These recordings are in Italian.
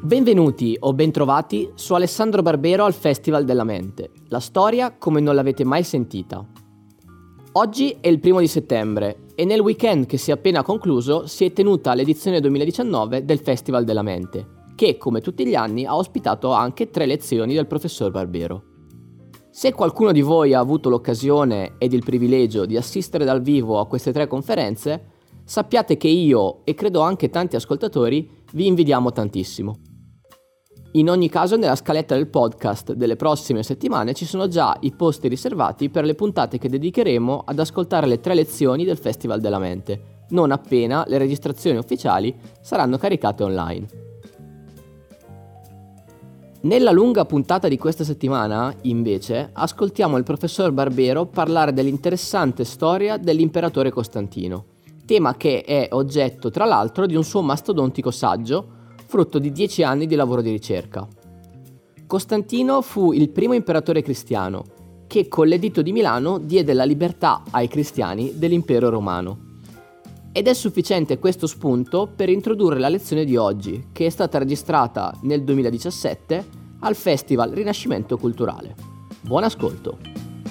Benvenuti o bentrovati su Alessandro Barbero al Festival della Mente, la storia come non l'avete mai sentita. Oggi è il 1 settembre e nel weekend che si è appena concluso si è tenuta l'edizione 2019 del Festival della Mente, che come tutti gli anni ha ospitato anche 3 lezioni del professor Barbero. Se qualcuno di voi ha avuto l'occasione ed il privilegio di assistere dal vivo a queste 3 conferenze, sappiate che io e credo anche tanti ascoltatori vi invidiamo tantissimo. In ogni caso, nella scaletta del podcast delle prossime settimane ci sono già i posti riservati per le puntate che dedicheremo ad ascoltare le 3 lezioni del Festival della Mente, non appena le registrazioni ufficiali saranno caricate online. Nella lunga puntata di questa settimana, invece, ascoltiamo il professor Barbero parlare dell'interessante storia dell'imperatore Costantino, tema che è oggetto, tra l'altro, di un suo mastodontico saggio, frutto di 10 anni di lavoro di ricerca. Costantino fu il primo imperatore cristiano che con l'Editto di Milano diede la libertà ai cristiani dell'impero romano. Ed è sufficiente questo spunto per introdurre la lezione di oggi, che è stata registrata nel 2017 al Festival Rinascimento Culturale. Buon ascolto!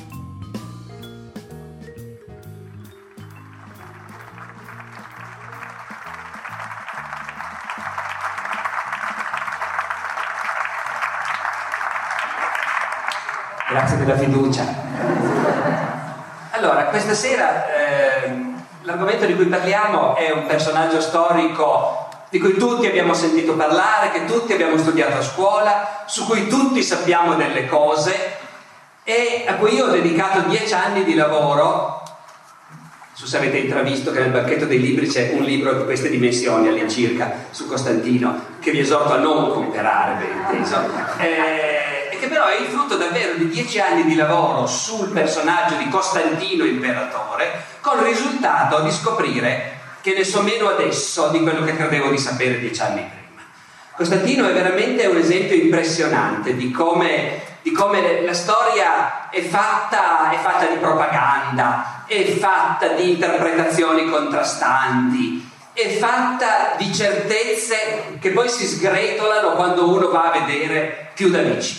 Grazie della fiducia. Allora, questa sera l'argomento di cui parliamo è un personaggio storico di cui tutti abbiamo sentito parlare, che tutti abbiamo studiato a scuola, su cui tutti sappiamo delle cose e a cui io ho dedicato 10 anni di lavoro. Non so se avete intravisto che nel banchetto dei libri c'è un libro di queste dimensioni all'incirca su Costantino, che vi esorto a non comprare, ben inteso. Che però è il frutto davvero di 10 anni di lavoro sul personaggio di Costantino imperatore, con il risultato di scoprire che ne so meno adesso di quello che credevo di sapere 10 anni prima. Costantino è veramente un esempio impressionante di come la storia è fatta di propaganda, è fatta di interpretazioni contrastanti, è fatta di certezze che poi si sgretolano quando uno va a vedere più da vicino.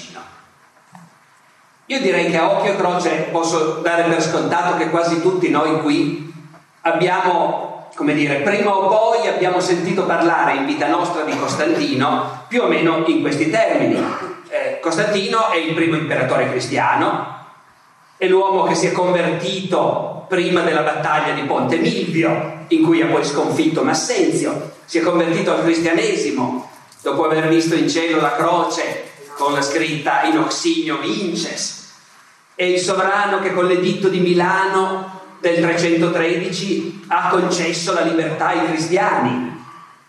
Io direi che a occhio e croce posso dare per scontato che quasi tutti noi qui abbiamo, prima o poi abbiamo sentito parlare in vita nostra di Costantino più o meno in questi termini. Costantino è il primo imperatore cristiano, è l'uomo che si è convertito prima della battaglia di Ponte Milvio, in cui ha poi sconfitto Massenzio, si è convertito al cristianesimo dopo aver visto in cielo la croce con la scritta in Oxinio Vinces. È il sovrano che con l'Editto di Milano del 313 ha concesso la libertà ai cristiani.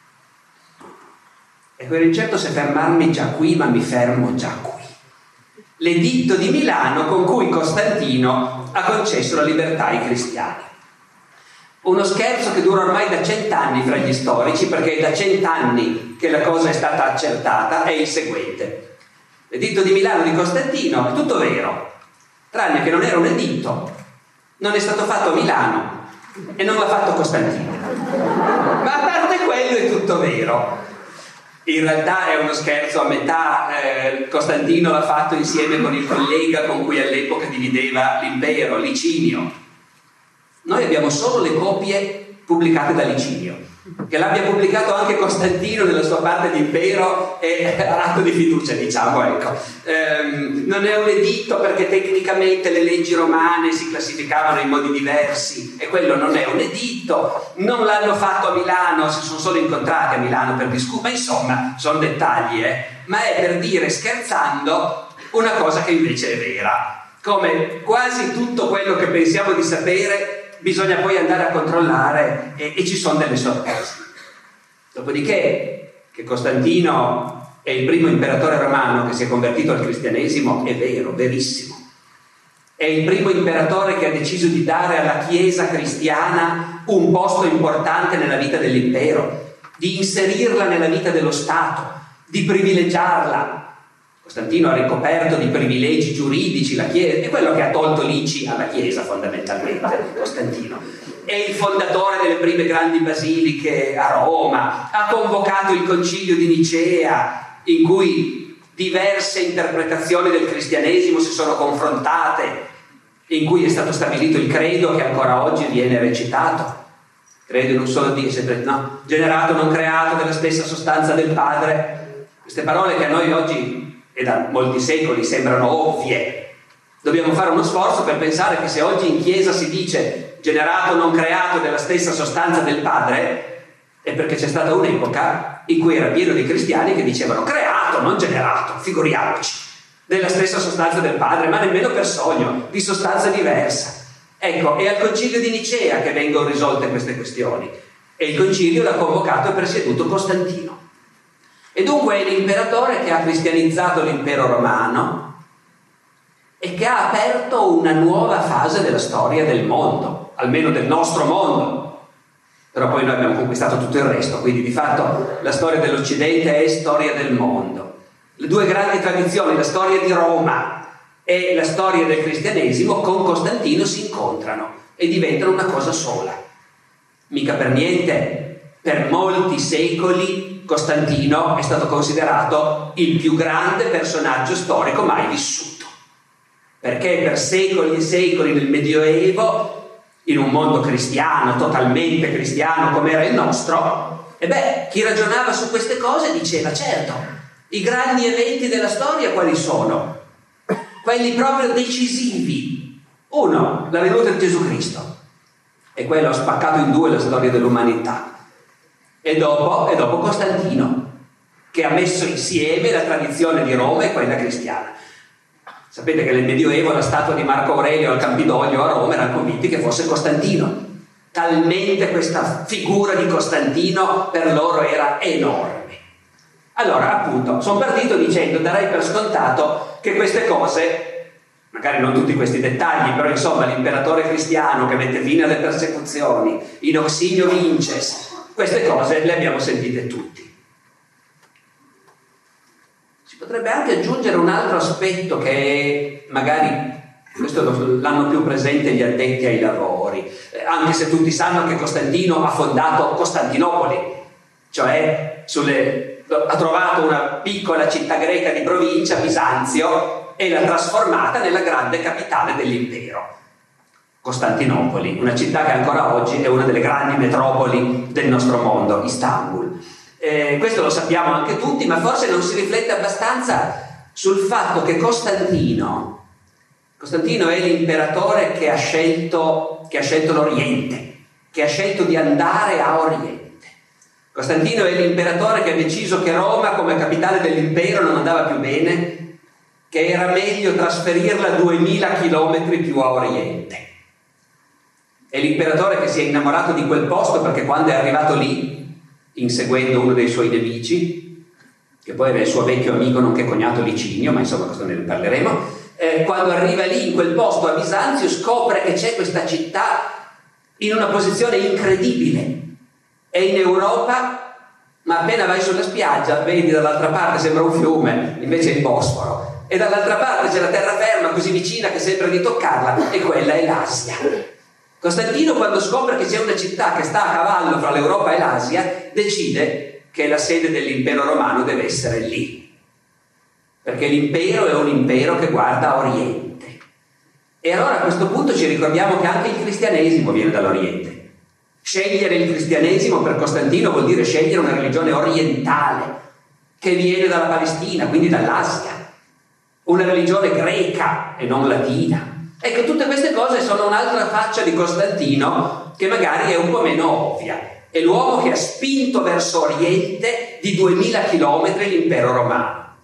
E ero incerto se fermarmi già qui, ma mi fermo già qui. L'Editto di Milano con cui Costantino ha concesso la libertà ai cristiani. Uno scherzo che dura ormai da 100 anni fra gli storici, perché è da 100 anni che la cosa è stata accertata, è il seguente. L'Editto di Milano di Costantino è tutto vero, tranne che non era un editto, non è stato fatto a Milano e non l'ha fatto Costantino. Ma a parte quello è tutto vero. In realtà è uno scherzo a metà. Costantino l'ha fatto insieme con il collega con cui all'epoca divideva l'impero, Licinio. Noi abbiamo solo le copie pubblicate da Licinio. Che l'abbia pubblicato anche Costantino nella sua parte di impero è atto di fiducia, ecco. Non è un editto perché tecnicamente le leggi romane si classificavano in modi diversi e quello non è un editto. Non l'hanno fatto a Milano, si sono solo incontrati a Milano per discutere, insomma sono dettagli, ma è per dire, scherzando, una cosa che invece è vera. Come quasi tutto quello che pensiamo di sapere bisogna poi andare a controllare e ci sono delle sorprese. Dopodiché che Costantino è il primo imperatore romano che si è convertito al cristianesimo è vero, verissimo. È il primo imperatore che ha deciso di dare alla Chiesa cristiana un posto importante nella vita dell'impero, di inserirla nella vita dello Stato, di privilegiarla. Costantino ha ricoperto di privilegi giuridici la Chiesa, è quello che ha tolto l'ICI alla Chiesa fondamentalmente, Costantino. È il fondatore delle prime grandi basiliche a Roma, ha convocato il concilio di Nicea, in cui diverse interpretazioni del cristianesimo si sono confrontate, in cui è stato stabilito il credo che ancora oggi viene recitato. Credo in un solo Dio, no, generato, non creato, della stessa sostanza del Padre. Queste parole che a noi oggi e da molti secoli sembrano ovvie. Dobbiamo fare uno sforzo per pensare che se oggi in chiesa si dice generato, non creato, della stessa sostanza del Padre, è perché c'è stata un'epoca in cui era pieno di cristiani che dicevano creato, non generato, figuriamoci, della stessa sostanza del Padre, ma nemmeno per sogno, di sostanza diversa. Ecco, è al concilio di Nicea che vengono risolte queste questioni, e il concilio l'ha convocato e presieduto Costantino. E dunque è l'imperatore che ha cristianizzato l'impero romano e che ha aperto una nuova fase della storia del mondo, almeno del nostro mondo. Però poi noi abbiamo conquistato tutto il resto, quindi di fatto la storia dell'Occidente è storia del mondo. Le due grandi tradizioni, la storia di Roma e la storia del cristianesimo, con Costantino si incontrano e diventano una cosa sola. Mica per niente, per molti secoli Costantino è stato considerato il più grande personaggio storico mai vissuto, perché per secoli e secoli nel Medioevo, in un mondo cristiano, totalmente cristiano come era il nostro, chi ragionava su queste cose diceva: certo, i grandi eventi della storia quali sono? Quelli proprio decisivi. Uno, la venuta di Gesù Cristo, e quello ha spaccato in due la storia dell'umanità. E dopo Costantino, che ha messo insieme la tradizione di Roma e quella cristiana. Sapete che nel Medioevo la statua di Marco Aurelio al Campidoglio a Roma erano convinti che fosse Costantino. Talmente questa figura di Costantino per loro era enorme. Allora, appunto, sono partito dicendo, darei per scontato che queste cose, magari non tutti questi dettagli, però insomma l'imperatore cristiano che mette fine alle persecuzioni, in auxilio vinces, queste cose le abbiamo sentite tutti. Si potrebbe anche aggiungere un altro aspetto che magari questo l'hanno più presente gli addetti ai lavori, anche se tutti sanno che Costantino ha fondato Costantinopoli, cioè ha trovato una piccola città greca di provincia, Bisanzio, e l'ha trasformata nella grande capitale dell'impero. Costantinopoli, una città che ancora oggi è una delle grandi metropoli del nostro mondo, Istanbul. Questo lo sappiamo anche tutti, ma forse non si riflette abbastanza sul fatto che Costantino è l'imperatore che ha scelto l'Oriente, che ha scelto di andare a Oriente. Costantino è l'imperatore che ha deciso che Roma come capitale dell'impero non andava più bene, che era meglio trasferirla 2000 chilometri più a Oriente. È l'imperatore che si è innamorato di quel posto perché quando è arrivato lì, inseguendo uno dei suoi nemici, che poi era il suo vecchio amico nonché cognato Licinio, ma insomma questo ne parleremo, quando arriva lì in quel posto a Bisanzio scopre che c'è questa città in una posizione incredibile. È in Europa, ma appena vai sulla spiaggia vedi dall'altra parte sembra un fiume, invece è il Bosforo, e dall'altra parte c'è la terraferma così vicina che sembra di toccarla, e quella è l'Asia. Costantino, quando scopre che c'è una città che sta a cavallo fra l'Europa e l'Asia, decide che la sede dell'impero romano deve essere lì, perché l'impero è un impero che guarda a Oriente. E allora a questo punto ci ricordiamo che anche il cristianesimo viene dall'Oriente. Scegliere il cristianesimo per Costantino vuol dire scegliere una religione orientale che viene dalla Palestina, quindi dall'Asia, una religione greca e non latina. Ecco, tutte queste cose sono un'altra faccia di Costantino che magari è un po' meno ovvia. È l'uomo che ha spinto verso Oriente di 2000 chilometri l'impero romano.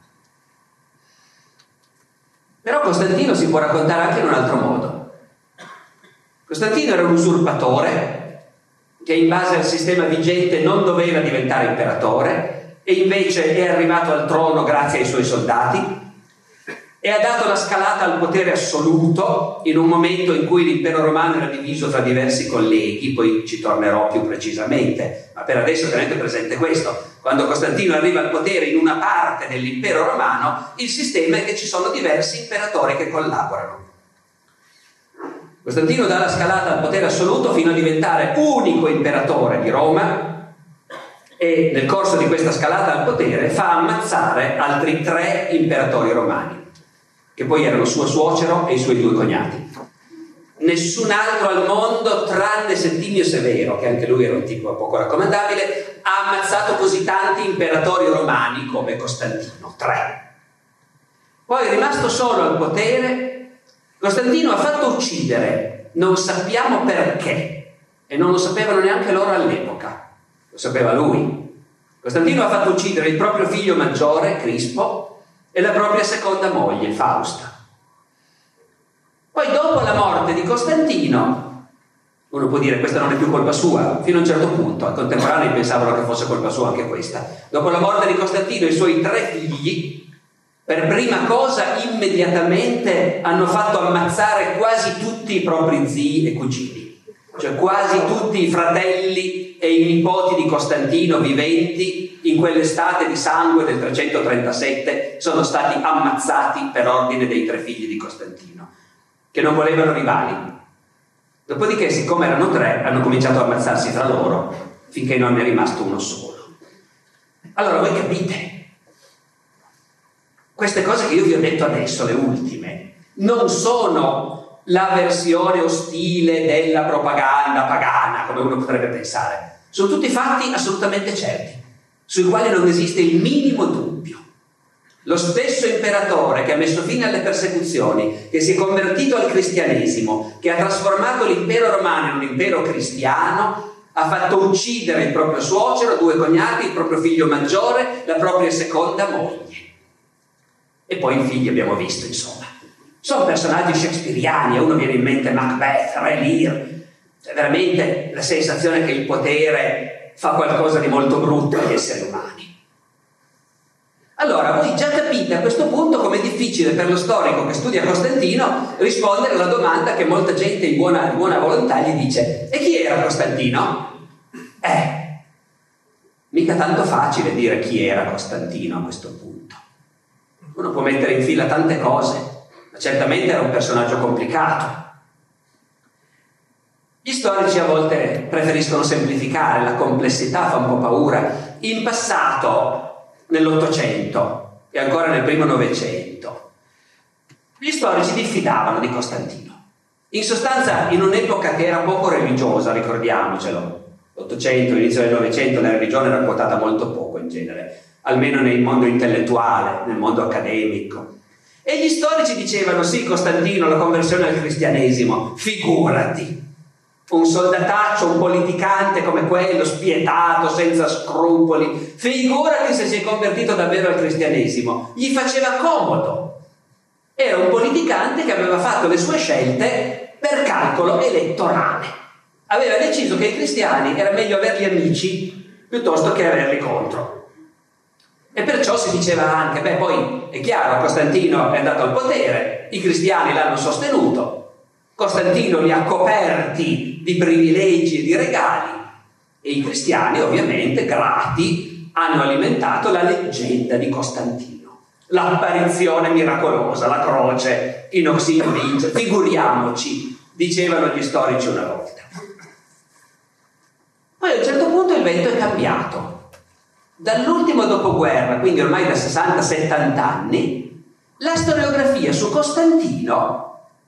Però Costantino si può raccontare anche in un altro modo. Costantino era un usurpatore che in base al sistema vigente non doveva diventare imperatore e invece è arrivato al trono grazie ai suoi soldati e ha dato la scalata al potere assoluto in un momento in cui l'impero romano era diviso tra diversi colleghi, poi ci tornerò più precisamente, ma per adesso tenete presente questo: quando Costantino arriva al potere in una parte dell'impero romano, il sistema è che ci sono diversi imperatori che collaborano. Costantino dà la scalata al potere assoluto fino a diventare unico imperatore di Roma e nel corso di questa scalata al potere fa ammazzare altri 3 imperatori romani, che poi erano suo suocero e i suoi 2 cognati. Nessun altro al mondo, tranne Settimio Severo, che anche lui era un tipo poco raccomandabile, ha ammazzato così tanti imperatori romani come Costantino, 3. Poi, rimasto solo al potere, Costantino ha fatto uccidere, non sappiamo perché, e non lo sapevano neanche loro all'epoca, lo sapeva lui. Costantino ha fatto uccidere il proprio figlio maggiore, Crispo, e la propria seconda moglie, Fausta. Poi, dopo la morte di Costantino, uno può dire questa non è più colpa sua, fino a un certo punto, ai contemporanei pensavano che fosse colpa sua anche questa. Dopo la morte di Costantino, i suoi 3 figli, per prima cosa, immediatamente hanno fatto ammazzare quasi tutti i propri zii e cugini, cioè quasi tutti i fratelli e i nipoti di Costantino viventi in quell'estate di sangue del 337 sono stati ammazzati per ordine dei 3 figli di Costantino, che non volevano rivali. Dopodiché, siccome erano 3, hanno cominciato a ammazzarsi fra loro finché non è rimasto uno solo. Allora voi capite, queste cose che io vi ho detto adesso, le ultime, non sono la versione ostile della propaganda pagana, come uno potrebbe pensare. Sono tutti fatti assolutamente certi, sui quali non esiste il minimo dubbio. Lo stesso imperatore che ha messo fine alle persecuzioni, che si è convertito al cristianesimo, che ha trasformato l'impero romano in un impero cristiano, ha fatto uccidere il proprio suocero, 2 cognati, il proprio figlio maggiore, la propria seconda moglie. E poi i figli abbiamo visto, insomma. Sono personaggi shakespeariani, a uno viene in mente Macbeth, Re Lear. C'è veramente la sensazione che il potere fa qualcosa di molto brutto agli esseri umani. Allora, voi già capite a questo punto com'è difficile per lo storico che studia Costantino rispondere alla domanda che molta gente in buona volontà gli dice: e chi era Costantino? Mica tanto facile dire chi era Costantino a questo punto. Uno può mettere in fila tante cose, ma certamente era un personaggio complicato. Gli storici a volte preferiscono semplificare, la complessità fa un po' paura. In passato, nell'Ottocento e ancora nel primo Novecento, gli storici diffidavano di Costantino. In sostanza, in un'epoca che era poco religiosa, ricordiamocelo, l'Ottocento, l'inizio del Novecento, la religione era quotata molto poco in genere, almeno nel mondo intellettuale, nel mondo accademico. E gli storici dicevano: sì, Costantino, la conversione al cristianesimo, figurati, un soldataccio, un politicante come quello, spietato, senza scrupoli, figurati se si è convertito davvero al cristianesimo, gli faceva comodo. Era un politicante che aveva fatto le sue scelte per calcolo elettorale. Aveva deciso che i cristiani era meglio averli amici piuttosto che averli contro. E perciò si diceva anche: beh, poi è chiaro, Costantino è andato al potere, i cristiani l'hanno sostenuto, Costantino li ha coperti di privilegi e di regali, e i cristiani, ovviamente, grati, hanno alimentato la leggenda di Costantino, l'apparizione miracolosa, la croce, in Oxid vince, figuriamoci, dicevano gli storici una volta. Poi a un certo punto il vento è cambiato. Dall'ultimo dopoguerra, quindi ormai da 60-70 anni, la storiografia su Costantino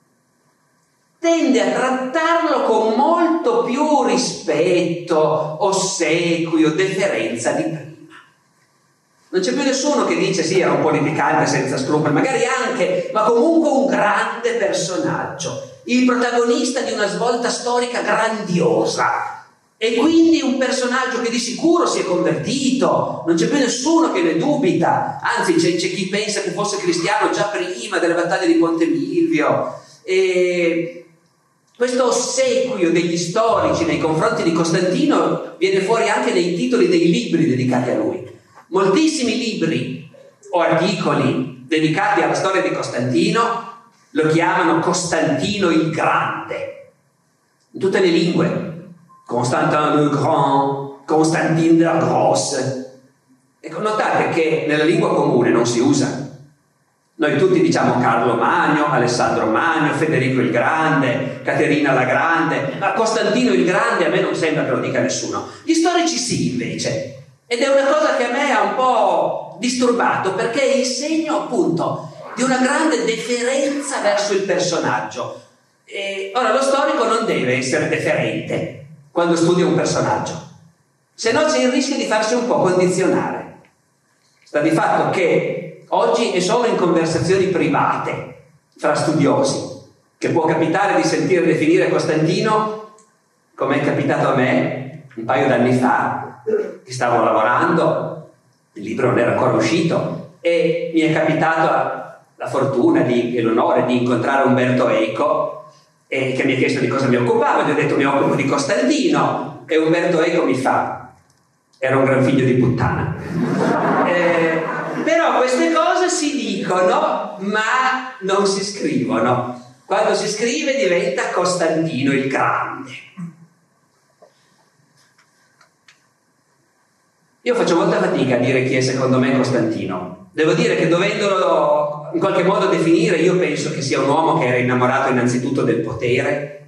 tende a trattarlo con molto più rispetto, ossequio, deferenza di prima. Non c'è più nessuno che dice: sì, era un politicante senza scrupoli, magari anche, ma comunque un grande personaggio, il protagonista di una svolta storica grandiosa. E quindi un personaggio che di sicuro si è convertito, non c'è più nessuno che ne dubita, anzi c'è chi pensa che fosse cristiano già prima delle battaglie di Ponte Milvio. E questo ossequio degli storici nei confronti di Costantino viene fuori anche nei titoli dei libri dedicati a lui. Moltissimi libri o articoli dedicati alla storia di Costantino lo chiamano Costantino il Grande, in tutte le lingue. Constantin le Grand, Constantine la Grosse. Ecco, notate che nella lingua comune non si usa. Noi tutti diciamo Carlo Magno, Alessandro Magno, Federico il Grande, Caterina la Grande, ma Costantino il Grande a me non sembra che lo dica nessuno. Gli storici sì, invece. Ed è una cosa che a me ha un po' disturbato, perché è il segno appunto di una grande deferenza verso il personaggio. E ora, lo storico non deve essere deferente quando studia un personaggio, se no c'è il rischio di farsi un po' condizionare. Sta di fatto che oggi è solo in conversazioni private fra studiosi che può capitare di sentire definire Costantino, come è capitato a me un paio d'anni fa, che stavo lavorando, il libro non era ancora uscito, e mi è capitato la fortuna e l'onore di incontrare Umberto Eco, che mi ha chiesto di cosa mi occupavo. Gli ho detto: mi occupo di Costantino. E Umberto Eco mi fa: era un gran figlio di puttana. Però queste cose si dicono ma non si scrivono. Quando si scrive diventa Costantino il Grande. Io faccio molta fatica a dire chi è secondo me Costantino. Devo dire che, dovendolo in qualche modo definire, io penso che sia un uomo che era innamorato innanzitutto del potere,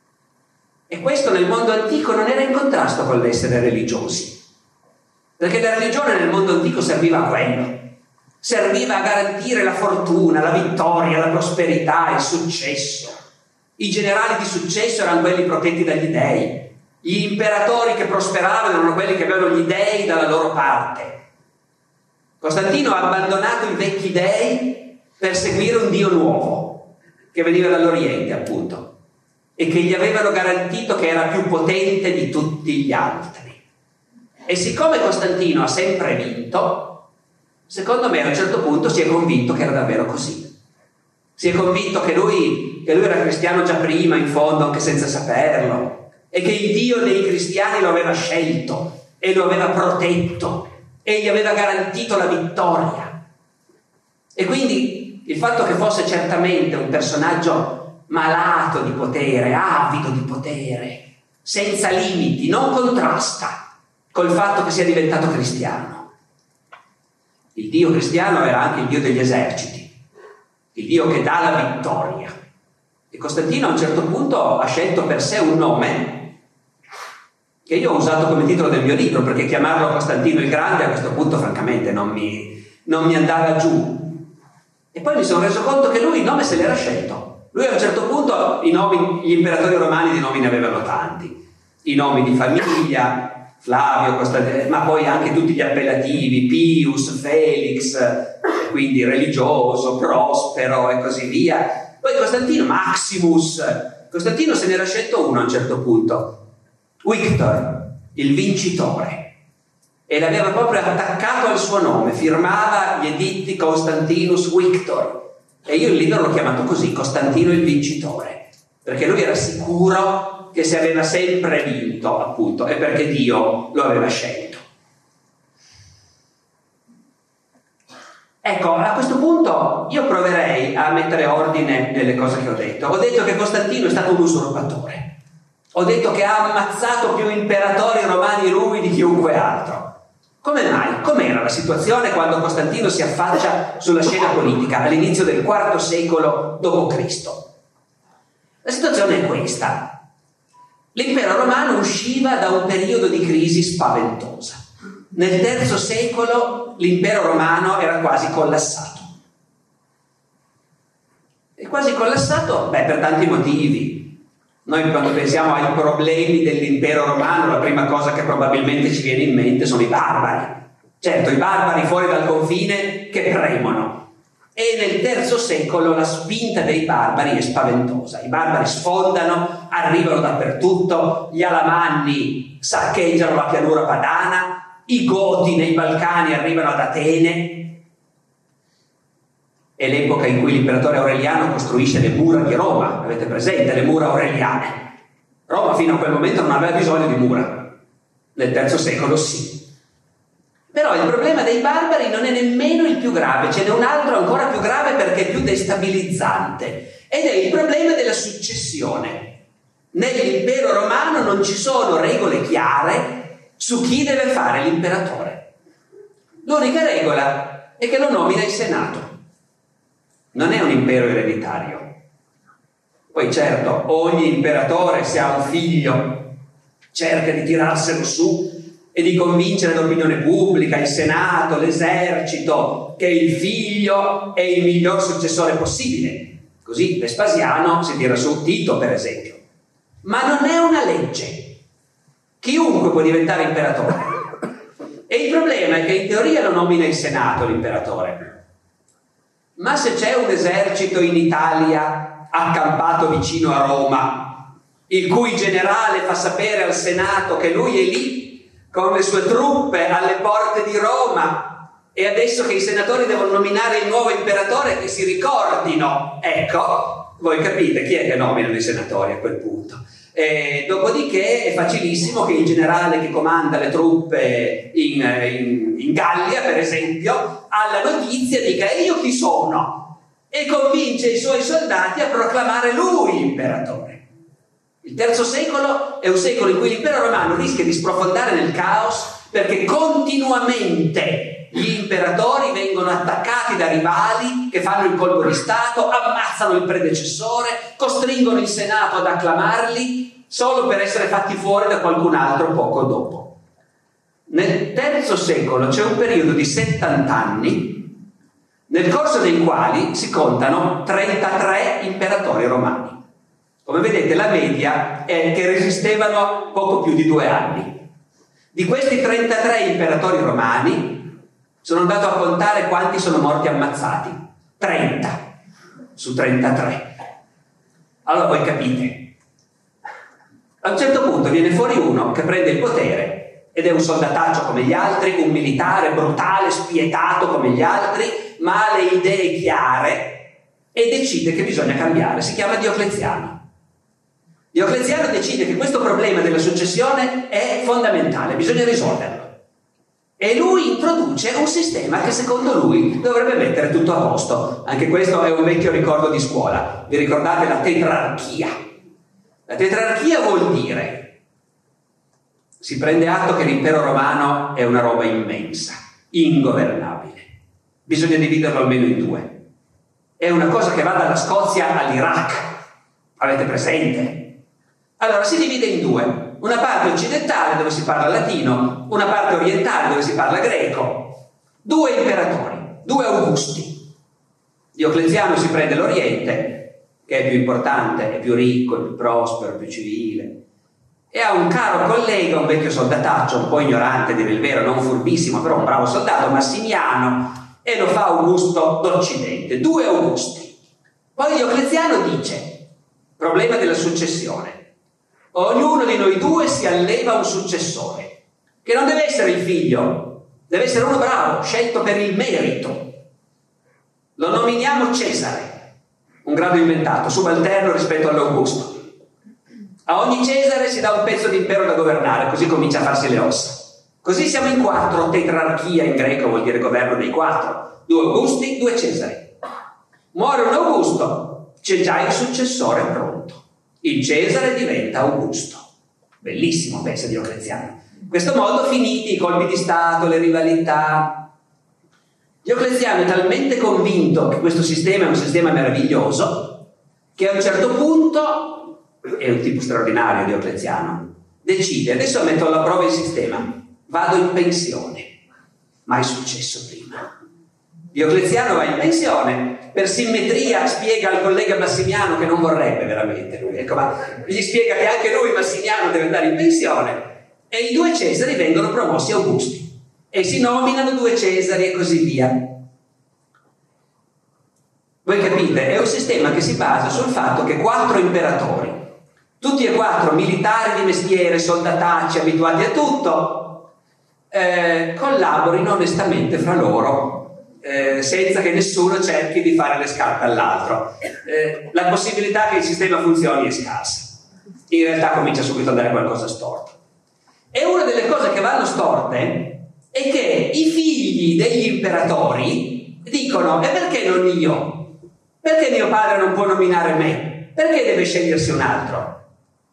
e questo nel mondo antico non era in contrasto con l'essere religiosi, perché la religione nel mondo antico serviva a quello, serviva a garantire la fortuna, la vittoria, la prosperità, il successo. I generali di successo erano quelli protetti dagli dei, gli imperatori che prosperavano erano quelli che avevano gli dei dalla loro parte. Costantino ha abbandonato i vecchi dei per seguire un dio nuovo che veniva dall'Oriente, appunto, e che gli avevano garantito che era più potente di tutti gli altri. E siccome Costantino ha sempre vinto, secondo me a un certo punto si è convinto che era davvero così. Si è convinto che lui era cristiano già prima, in fondo, anche senza saperlo, e che il Dio dei cristiani lo aveva scelto e lo aveva protetto e gli aveva garantito la vittoria. E quindi il fatto che fosse certamente un personaggio malato di potere, avido di potere, senza limiti, non contrasta col fatto che sia diventato cristiano. Il Dio cristiano era anche il Dio degli eserciti, il Dio che dà la vittoria. E Costantino a un certo punto ha scelto per sé un nome che io ho usato come titolo del mio libro, perché chiamarlo Costantino il Grande a questo punto francamente non mi andava giù. E poi mi sono reso conto che lui il nome se l'era scelto. Lui a un certo punto gli imperatori romani di nomi ne avevano tanti, i nomi di famiglia, Flavio, Costantino, ma poi anche tutti gli appellativi, Pius, Felix, quindi religioso, prospero e così via. Poi Costantino, Maximus. Costantino se n'era scelto uno a un certo punto, Victor, il vincitore, e l'aveva proprio attaccato al suo nome, firmava gli editti Constantinus Victor, e io il libro l'ho chiamato così, Costantino il vincitore, perché lui era sicuro che se aveva sempre vinto, appunto, e perché Dio lo aveva scelto. Ecco, a questo punto io proverei a mettere ordine nelle cose che ho detto. Ho detto che Costantino è stato un usurpatore. Ho detto che ha ammazzato più imperatori romani lui di chiunque altro. Come mai? Com'era la situazione quando Costantino si affaccia sulla scena politica all'inizio del IV secolo d.C.? La situazione è questa. L'impero romano usciva da un periodo di crisi spaventosa. Nel III secolo l'impero romano era quasi collassato. E quasi collassato, per tanti motivi. Noi quando pensiamo ai problemi dell'impero romano, la prima cosa che probabilmente ci viene in mente sono i barbari. Certo, i barbari fuori dal confine che premono. E nel III secolo la spinta dei barbari è spaventosa. I barbari sfondano, arrivano dappertutto, gli alamanni saccheggiano la pianura padana, i Goti nei Balcani arrivano ad Atene. È l'epoca in cui l'imperatore Aureliano costruisce le mura di Roma, avete presente le mura aureliane? Roma fino a quel momento non aveva bisogno di mura, nel III secolo sì. Però il problema dei barbari non è nemmeno il più grave, ce n'è un altro ancora più grave perché è più destabilizzante, ed è il problema della successione. Nell'impero romano non ci sono regole chiare su chi deve fare l'imperatore. L'unica regola è che lo nomina il Senato. Non è un impero ereditario. Poi certo, ogni imperatore, se ha un figlio, cerca di tirarselo su e di convincere l'opinione pubblica, il Senato, l'esercito, che il figlio è il miglior successore possibile. Così Vespasiano si tira su Tito, per esempio. Ma non è una legge. Chiunque può diventare imperatore. E il problema è che in teoria lo nomina il Senato l'imperatore. Ma se c'è un esercito in Italia accampato vicino a Roma, il cui generale fa sapere al Senato che lui è lì con le sue truppe alle porte di Roma, e adesso che i senatori devono nominare il nuovo imperatore, che si ricordino, ecco, voi capite chi è che nominano i senatori a quel punto. Dopodiché è facilissimo che il generale che comanda le truppe in Gallia, per esempio, alla notizia dica: e io chi sono? E convince i suoi soldati a proclamare lui imperatore. Il III secolo è un secolo in cui l'impero romano rischia di sprofondare nel caos, perché continuamente gli imperatori vengono attaccati da rivali che fanno il colpo di stato, ammazzano il predecessore, costringono il Senato ad acclamarli solo per essere fatti fuori da qualcun altro poco dopo. Nel III secolo c'è un periodo di 70 anni nel corso dei quali si contano 33 imperatori romani. Come vedete, la media è che resistevano poco più di 2 anni. Di questi 33 imperatori romani sono andato a contare quanti sono morti ammazzati. 30 su 33. Allora voi capite. A un certo punto viene fuori uno che prende il potere ed è un soldataccio come gli altri, un militare brutale, spietato come gli altri, ma ha le idee chiare e decide che bisogna cambiare. Si chiama Diocleziano. Diocleziano decide che questo problema della successione è fondamentale, bisogna risolverlo. E lui introduce un sistema che secondo lui dovrebbe mettere tutto a posto. Anche questo è un vecchio ricordo di scuola. Vi ricordate la tetrarchia? La tetrarchia vuol dire: si prende atto che l'impero romano è una roba immensa, ingovernabile. Bisogna dividerlo almeno in 2. È una cosa che va dalla Scozia all'Iraq. Avete presente? Allora si divide in 2. Una parte occidentale dove si parla latino, una parte orientale dove si parla greco. 2 imperatori, 2 Augusti. Diocleziano si prende l'Oriente, che è più importante, è più ricco, è più prospero, è più civile, e ha un caro collega, un vecchio soldataccio, un po' ignorante, dire il vero, non furbissimo, però un bravo soldato, Massimiano, e lo fa Augusto d'Occidente. 2 Augusti. Poi Diocleziano dice: problema della successione. Ognuno di noi 2 si alleva un successore, che non deve essere il figlio, deve essere uno bravo, scelto per il merito. Lo nominiamo Cesare, un grado inventato, subalterno rispetto all'Augusto. A ogni Cesare si dà un pezzo di impero da governare, così comincia a farsi le ossa. Così siamo in 4, tetrarchia in greco vuol dire governo dei 4. 2 Augusti, 2 Cesari. Muore un Augusto, c'è già il successore pronto. Il Cesare diventa Augusto. Bellissimo, pensa Diocleziano. In questo modo finiti i colpi di stato, le rivalità. Diocleziano è talmente convinto che questo sistema è un sistema meraviglioso che a un certo punto, è un tipo straordinario Diocleziano, decide: adesso metto alla prova il sistema, vado in pensione. Mai successo prima. Diocleziano va in pensione, per simmetria spiega al collega Massimiano che non vorrebbe veramente lui, ecco, ma gli spiega che anche lui, Massimiano, deve andare in pensione, e i 2 Cesari vengono promossi Augusti e si nominano 2 Cesari e così via. Voi capite, è un sistema che si basa sul fatto che 4 imperatori, tutti e 4 militari di mestiere, soldatacci, abituati a tutto, collaborino onestamente fra loro, senza che nessuno cerchi di fare le scarpe all'altro. La possibilità che il sistema funzioni è scarsa. In realtà comincia subito ad andare qualcosa storto. E una delle cose che vanno storte è che i figli degli imperatori dicono: e perché non io? Perché mio padre non può nominare me? Perché deve scegliersi un altro?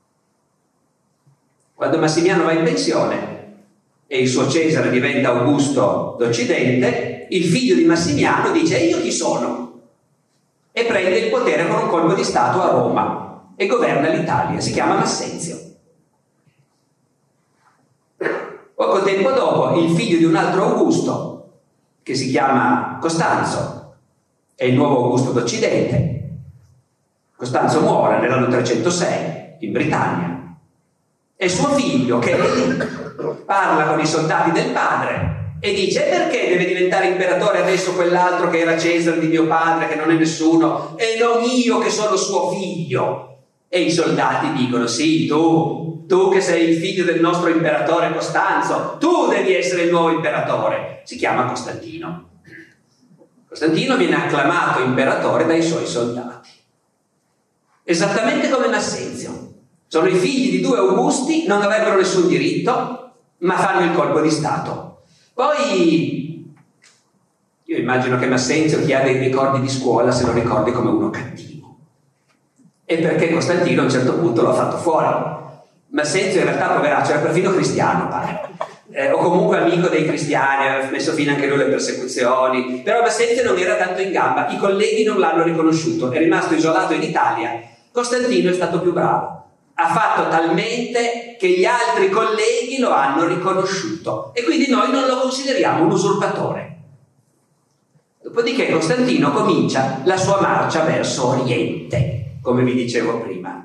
Quando Massimiano va in pensione e il suo Cesare diventa Augusto d'Occidente, il figlio di Massimiano dice: e io chi sono? E prende il potere con un colpo di stato a Roma e governa l'Italia. Si chiama Massenzio. Poco tempo dopo il figlio di un altro Augusto, che si chiama Costanzo, è il nuovo Augusto d'Occidente. Costanzo muore nell'anno 306 in Britannia e suo figlio, che è lì, parla con i soldati del padre e dice: perché deve diventare imperatore adesso quell'altro che era Cesare di mio padre, che non è nessuno, e non io che sono suo figlio? E i soldati dicono: sì, tu che sei il figlio del nostro imperatore Costanzo, tu devi essere il nuovo imperatore. Si chiama Costantino. Costantino viene acclamato imperatore dai suoi soldati, esattamente come Massenzio. Sono i figli di due Augusti, non avrebbero nessun diritto, ma fanno il colpo di stato. Poi io immagino che Massenzio, chi ha dei ricordi di scuola, se lo ricordi come uno cattivo, e perché Costantino a un certo punto lo ha fatto fuori. Massenzio in realtà, poveraccio, era perfino cristiano, pare. O comunque amico dei cristiani, aveva messo fine anche lui alle persecuzioni, però Massenzio non era tanto in gamba, i colleghi non l'hanno riconosciuto, è rimasto isolato in Italia. Costantino è stato più bravo, ha fatto talmente che gli altri colleghi lo hanno riconosciuto e quindi noi non lo consideriamo un usurpatore. Dopodiché Costantino comincia la sua marcia verso Oriente, come vi dicevo prima.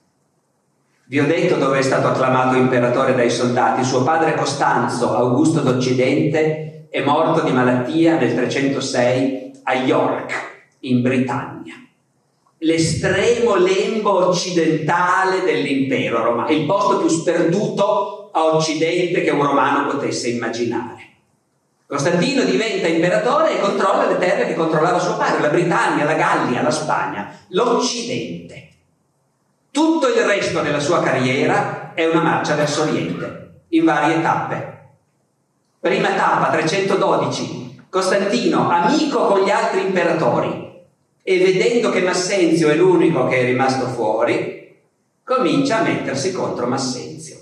Vi ho detto dove è stato acclamato imperatore dai soldati. Suo padre Costanzo, Augusto d'Occidente, è morto di malattia nel 306 a York, in Britannia, l'estremo lembo occidentale dell'impero romano, il posto più sperduto a occidente che un romano potesse immaginare. Costantino diventa imperatore e controlla le terre che controllava suo padre, la Britannia, la Gallia, la Spagna, l'Occidente. Tutto il resto della sua carriera è una marcia verso Oriente, in varie tappe. Prima tappa, 312, Costantino, amico con gli altri imperatori, e vedendo che Massenzio è l'unico che è rimasto fuori, comincia a mettersi contro Massenzio.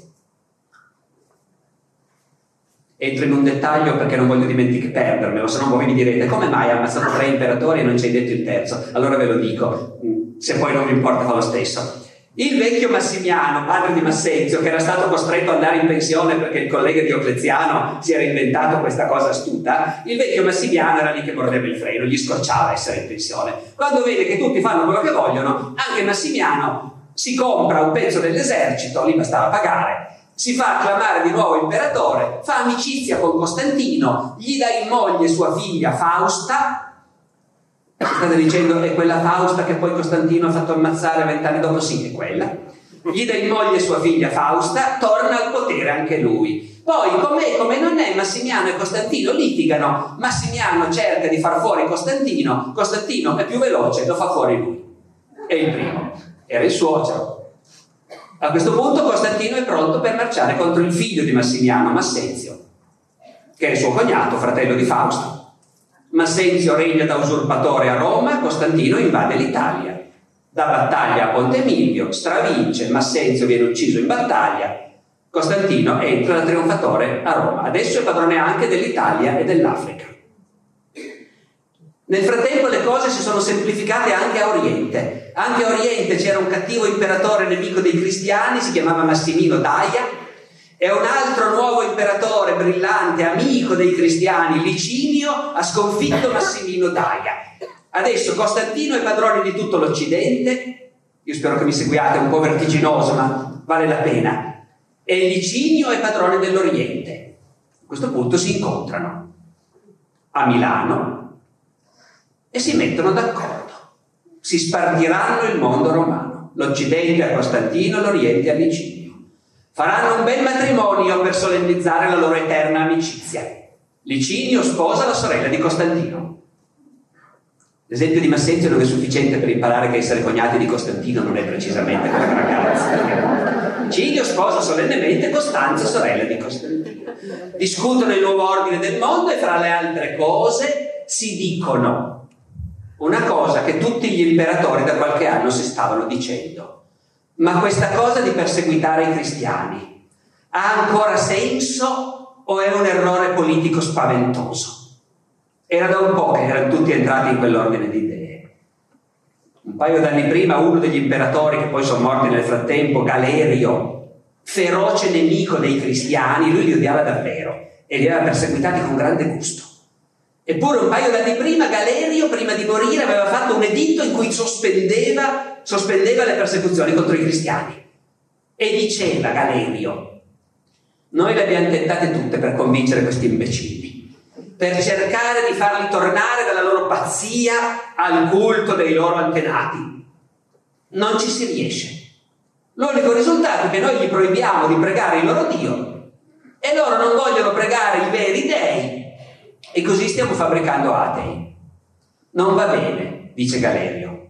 Entro in un dettaglio perché non voglio perdermelo, se no voi mi direte: come mai ha ammazzato 3 imperatori e non ci hai detto il terzo? Allora ve lo dico, se poi non vi importa fa lo stesso. Il vecchio Massimiano, padre di Massenzio, che era stato costretto ad andare in pensione perché il collega Diocleziano si era inventato questa cosa astuta, il vecchio Massimiano era lì che mordeva il freno, gli scocciava essere in pensione. Quando vede che tutti fanno quello che vogliono, anche Massimiano si compra un pezzo dell'esercito, lì bastava pagare, si fa acclamare di nuovo imperatore, fa amicizia con Costantino, gli dà in moglie sua figlia Fausta. State dicendo: è quella Fausta che poi Costantino ha fatto ammazzare 20 anni dopo? Sì, è quella. Gli dà in moglie sua figlia Fausta, torna al potere anche lui. Poi, com'è come non è, Massimiano e Costantino litigano, Massimiano cerca di far fuori Costantino, Costantino è più veloce, lo fa fuori lui. È il primo, era il suocero. A questo punto Costantino è pronto per marciare contro il figlio di Massimiano, Massenzio, che è il suo cognato, fratello di Fausta. Massenzio regna da usurpatore a Roma, Costantino invade l'Italia. Da battaglia a Ponte Milvio, stravince, Massenzio viene ucciso in battaglia, Costantino entra da trionfatore a Roma. Adesso è padrone anche dell'Italia e dell'Africa. Nel frattempo le cose si sono semplificate anche a Oriente. Anche a Oriente c'era un cattivo imperatore nemico dei cristiani, si chiamava Massimino Daia, e un altro nuovo imperatore brillante, amico dei cristiani, Licinio, ha sconfitto Massimino Daia. Adesso Costantino è padrone di tutto l'Occidente, io spero che mi seguiate, è un po' vertiginoso ma vale la pena, e Licinio è padrone dell'Oriente. A questo punto si incontrano a Milano e si mettono d'accordo, si spartiranno il mondo romano, l'Occidente a Costantino, l'Oriente a Licinio. Faranno un bel matrimonio per solennizzare la loro eterna amicizia. Licinio sposa la sorella di Costantino. L'esempio di Massenzio non è sufficiente per imparare che essere cognati di Costantino non è precisamente quella ragazza. Licinio sposa solennemente Costanza, sorella di Costantino. Discutono il nuovo ordine del mondo e fra le altre cose si dicono una cosa che tutti gli imperatori da qualche anno si stavano dicendo: ma questa cosa di perseguitare i cristiani ha ancora senso o è un errore politico spaventoso? Era da un po' che erano tutti entrati in quell'ordine di idee. Un paio d'anni prima uno degli imperatori, che poi sono morti nel frattempo, Galerio, feroce nemico dei cristiani, lui li odiava davvero e li aveva perseguitati con grande gusto. Eppure un paio d'anni prima Galerio, prima di morire, aveva fatto un editto in cui sospendeva le persecuzioni contro i cristiani. E diceva Galerio: noi le abbiamo tentate tutte per convincere questi imbecilli, per cercare di farli tornare dalla loro pazzia al culto dei loro antenati. Non ci si riesce. L'unico risultato è che noi gli proibiamo di pregare il loro Dio e loro non vogliono pregare i veri dei, e così stiamo fabbricando atei. Non va bene, dice Galerio.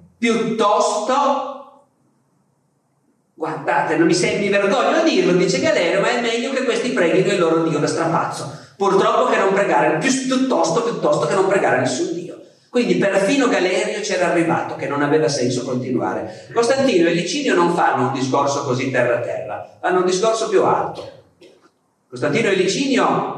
Piuttosto, guardate, non mi vergogno a dirlo, dice Galerio, ma è meglio che questi preghino il loro Dio da strapazzo, purtroppo che non pregare, piuttosto che non pregare nessun Dio. Quindi perfino Galerio c'era arrivato che non aveva senso continuare. Costantino e Licinio non fanno un discorso così terra, fanno un discorso più alto. Costantino e Licinio,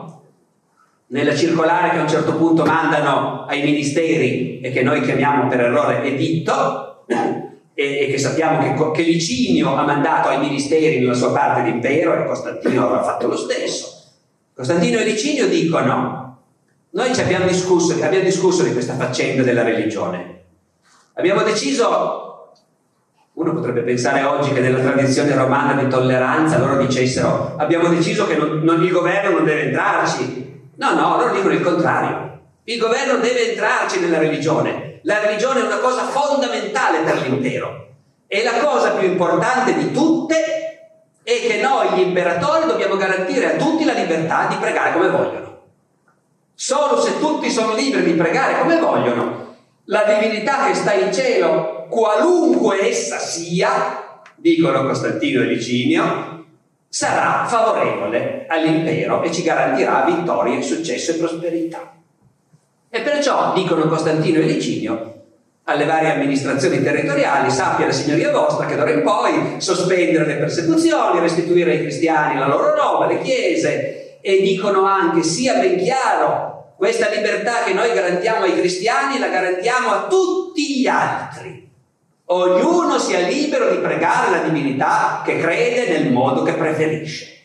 nella circolare che a un certo punto mandano ai ministeri e che noi chiamiamo per errore editto, e che sappiamo che Licinio ha mandato ai ministeri nella sua parte d'impero e Costantino aveva fatto lo stesso. Costantino e Licinio dicono: noi abbiamo discusso di questa faccenda della religione. Abbiamo deciso, uno potrebbe pensare oggi che nella tradizione romana di tolleranza loro dicessero: abbiamo deciso che il governo non deve entrarci. No, loro dicono il contrario. Il governo deve entrarci nella religione. La religione è una cosa fondamentale per l'impero. E la cosa più importante di tutte è che noi, gli imperatori, dobbiamo garantire a tutti la libertà di pregare come vogliono. Solo se tutti sono liberi di pregare come vogliono, la divinità che sta in cielo, qualunque essa sia, dicono Costantino e Licinio, sarà favorevole all'impero e ci garantirà vittorie, successo e prosperità. E perciò, dicono Costantino e Licinio, alle varie amministrazioni territoriali: sappia la signoria vostra che d'ora in poi sospendere le persecuzioni, restituire ai cristiani la loro roba, le chiese. E dicono anche: sia ben chiaro, questa libertà che noi garantiamo ai cristiani la garantiamo a tutti gli altri. Ognuno sia libero di pregare la divinità che crede nel modo che preferisce.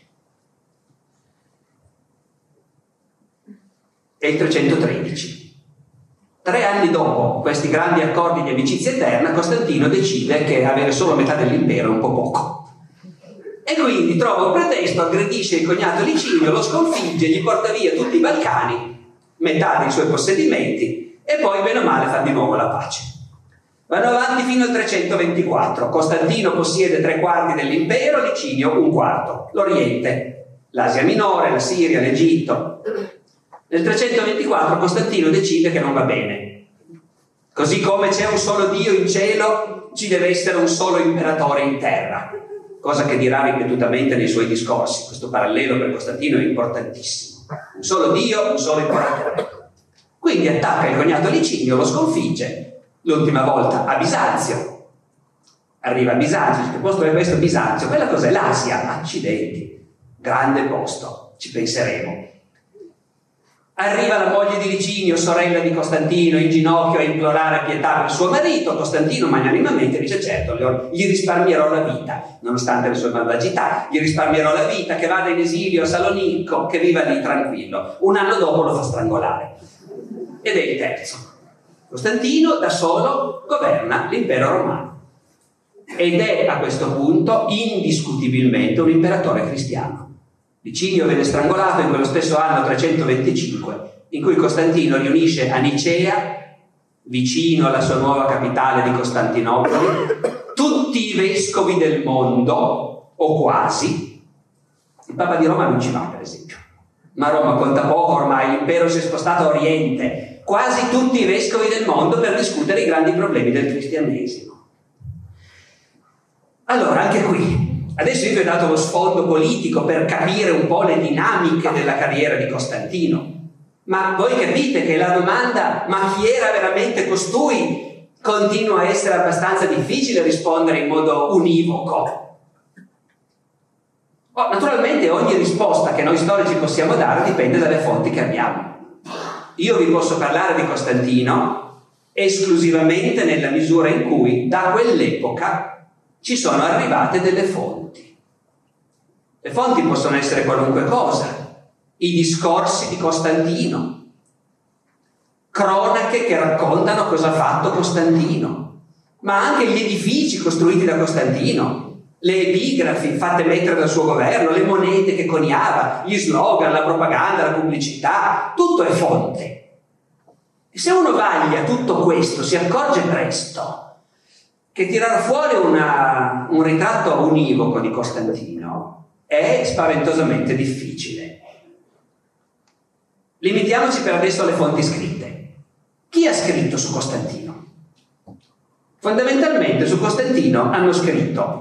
È il 313. 3 anni dopo questi grandi accordi di amicizia eterna, Costantino decide che avere solo metà dell'impero è un po' poco. E quindi trova un pretesto, aggredisce il cognato Licinio, lo sconfigge, gli porta via tutti i Balcani, metà dei suoi possedimenti, e poi bene o male fa di nuovo la pace. Vanno avanti fino al 324. Costantino possiede 3/4 dell'impero, Licinio 1/4, l'Oriente, l'Asia Minore, la Siria, l'Egitto. Nel 324 Costantino decide che non va bene. Così come c'è un solo Dio in cielo, ci deve essere un solo imperatore in terra. Cosa che dirà ripetutamente nei suoi discorsi. Questo parallelo per Costantino è importantissimo. Un solo Dio, un solo imperatore. Quindi attacca il cognato Licinio, lo sconfigge, l'ultima volta a Bisanzio. Arriva a Bisanzio, che posto è questo Bisanzio? Quella cos'è? L'Asia, accidenti, grande posto, ci penseremo. Arriva la moglie di Licinio, sorella di Costantino, in ginocchio a implorare pietà per suo marito. Costantino magnanimamente dice: certo, gli risparmierò la vita, nonostante le sue malvagità, gli risparmierò la vita, che vada in esilio a Salonicco, che viva lì tranquillo. Un anno dopo lo fa strangolare. Ed è il terzo. Costantino da solo governa l'impero romano. Ed è a questo punto indiscutibilmente un imperatore cristiano. Licinio viene strangolato in quello stesso anno 325, in cui Costantino riunisce a Nicea, vicino alla sua nuova capitale di Costantinopoli, tutti i vescovi del mondo, o quasi. Il Papa di Roma non ci va, per esempio, ma Roma conta poco ormai, l'impero si è spostato a Oriente, quasi tutti i vescovi del mondo per discutere i grandi problemi del cristianesimo. Allora, anche qui, adesso io vi ho dato lo sfondo politico per capire un po' le dinamiche della carriera di Costantino, ma voi capite che la domanda «ma chi era veramente costui?» continua a essere abbastanza difficile rispondere in modo univoco. Naturalmente ogni risposta che noi storici possiamo dare dipende dalle fonti che abbiamo. Io vi posso parlare di Costantino esclusivamente nella misura in cui da quell'epoca ci sono arrivate delle fonti. Le fonti possono essere qualunque cosa, i discorsi di Costantino, cronache che raccontano cosa ha fatto Costantino, ma anche gli edifici costruiti da Costantino, le epigrafi fatte mettere dal suo governo, le monete che coniava, gli slogan, la propaganda, la pubblicità, tutto è fonte. E se uno vaglia tutto questo si accorge presto che tirar fuori un ritratto univoco di Costantino è spaventosamente difficile. Limitiamoci per adesso alle fonti scritte. Chi ha scritto su Costantino? Fondamentalmente su Costantino hanno scritto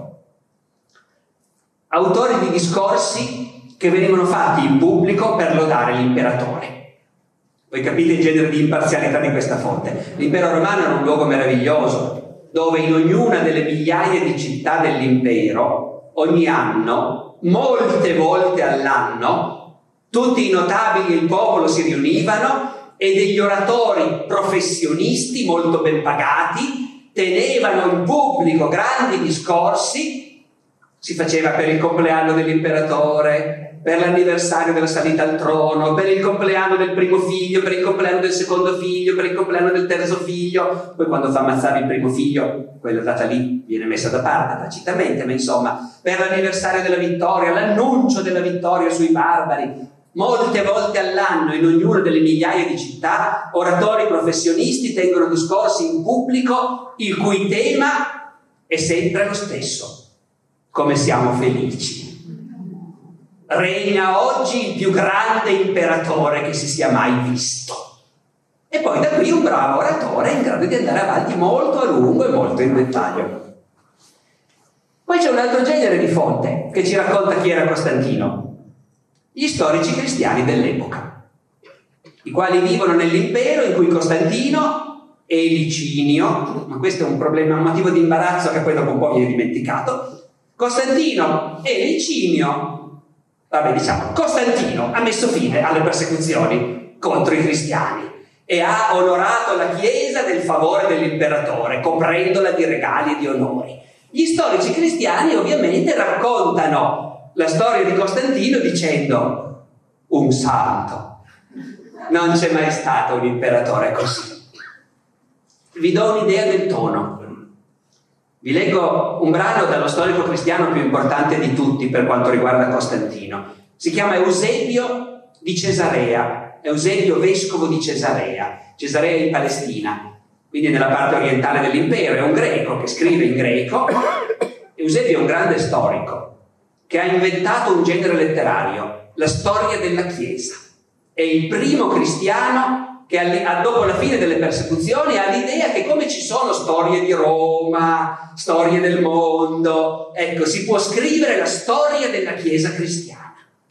autori di discorsi che venivano fatti in pubblico per lodare l'imperatore. Voi capite il genere di imparzialità di questa fonte. L'impero romano era un luogo meraviglioso, dove in ognuna delle migliaia di città dell'impero, ogni anno, molte volte all'anno, tutti i notabili e il popolo si riunivano e degli oratori professionisti molto ben pagati tenevano in pubblico grandi discorsi. Si faceva per il compleanno dell'imperatore, per l'anniversario della salita al trono, per il compleanno del primo figlio, per il compleanno del secondo figlio, per il compleanno del terzo figlio. Poi quando fa ammazzare il primo figlio, quella data lì viene messa da parte tacitamente, ma insomma, per l'anniversario della vittoria, l'annuncio della vittoria sui barbari. Molte volte all'anno, in ognuna delle migliaia di città, oratori professionisti tengono discorsi in pubblico il cui tema è sempre lo stesso. Come siamo felici. Regna oggi il più grande imperatore che si sia mai visto. E poi da qui un bravo oratore in grado di andare avanti molto a lungo e molto in dettaglio. Poi c'è un altro genere di fonte che ci racconta chi era Costantino. Gli storici cristiani dell'epoca, i quali vivono nell'impero in cui Costantino e Licinio, ma questo è un problema, un motivo di imbarazzo che poi dopo un po' viene dimenticato. Costantino e Licinio, Costantino ha messo fine alle persecuzioni contro i cristiani e ha onorato la Chiesa del favore dell'imperatore, coprendola di regali e di onori. Gli storici cristiani ovviamente raccontano la storia di Costantino dicendo: un santo, non c'è mai stato un imperatore così. Vi do un'idea del tono. Vi leggo un brano dallo storico cristiano più importante di tutti per quanto riguarda Costantino. Si chiama Eusebio di Cesarea, Eusebio vescovo di Cesarea. Cesarea in Palestina, quindi nella parte orientale dell'impero. È un greco che scrive in greco. Eusebio è un grande storico che ha inventato un genere letterario, la storia della Chiesa. È il primo cristiano che dopo la fine delle persecuzioni ha l'idea che come ci sono storie di Roma, storie del mondo, ecco, si può scrivere la storia della Chiesa cristiana.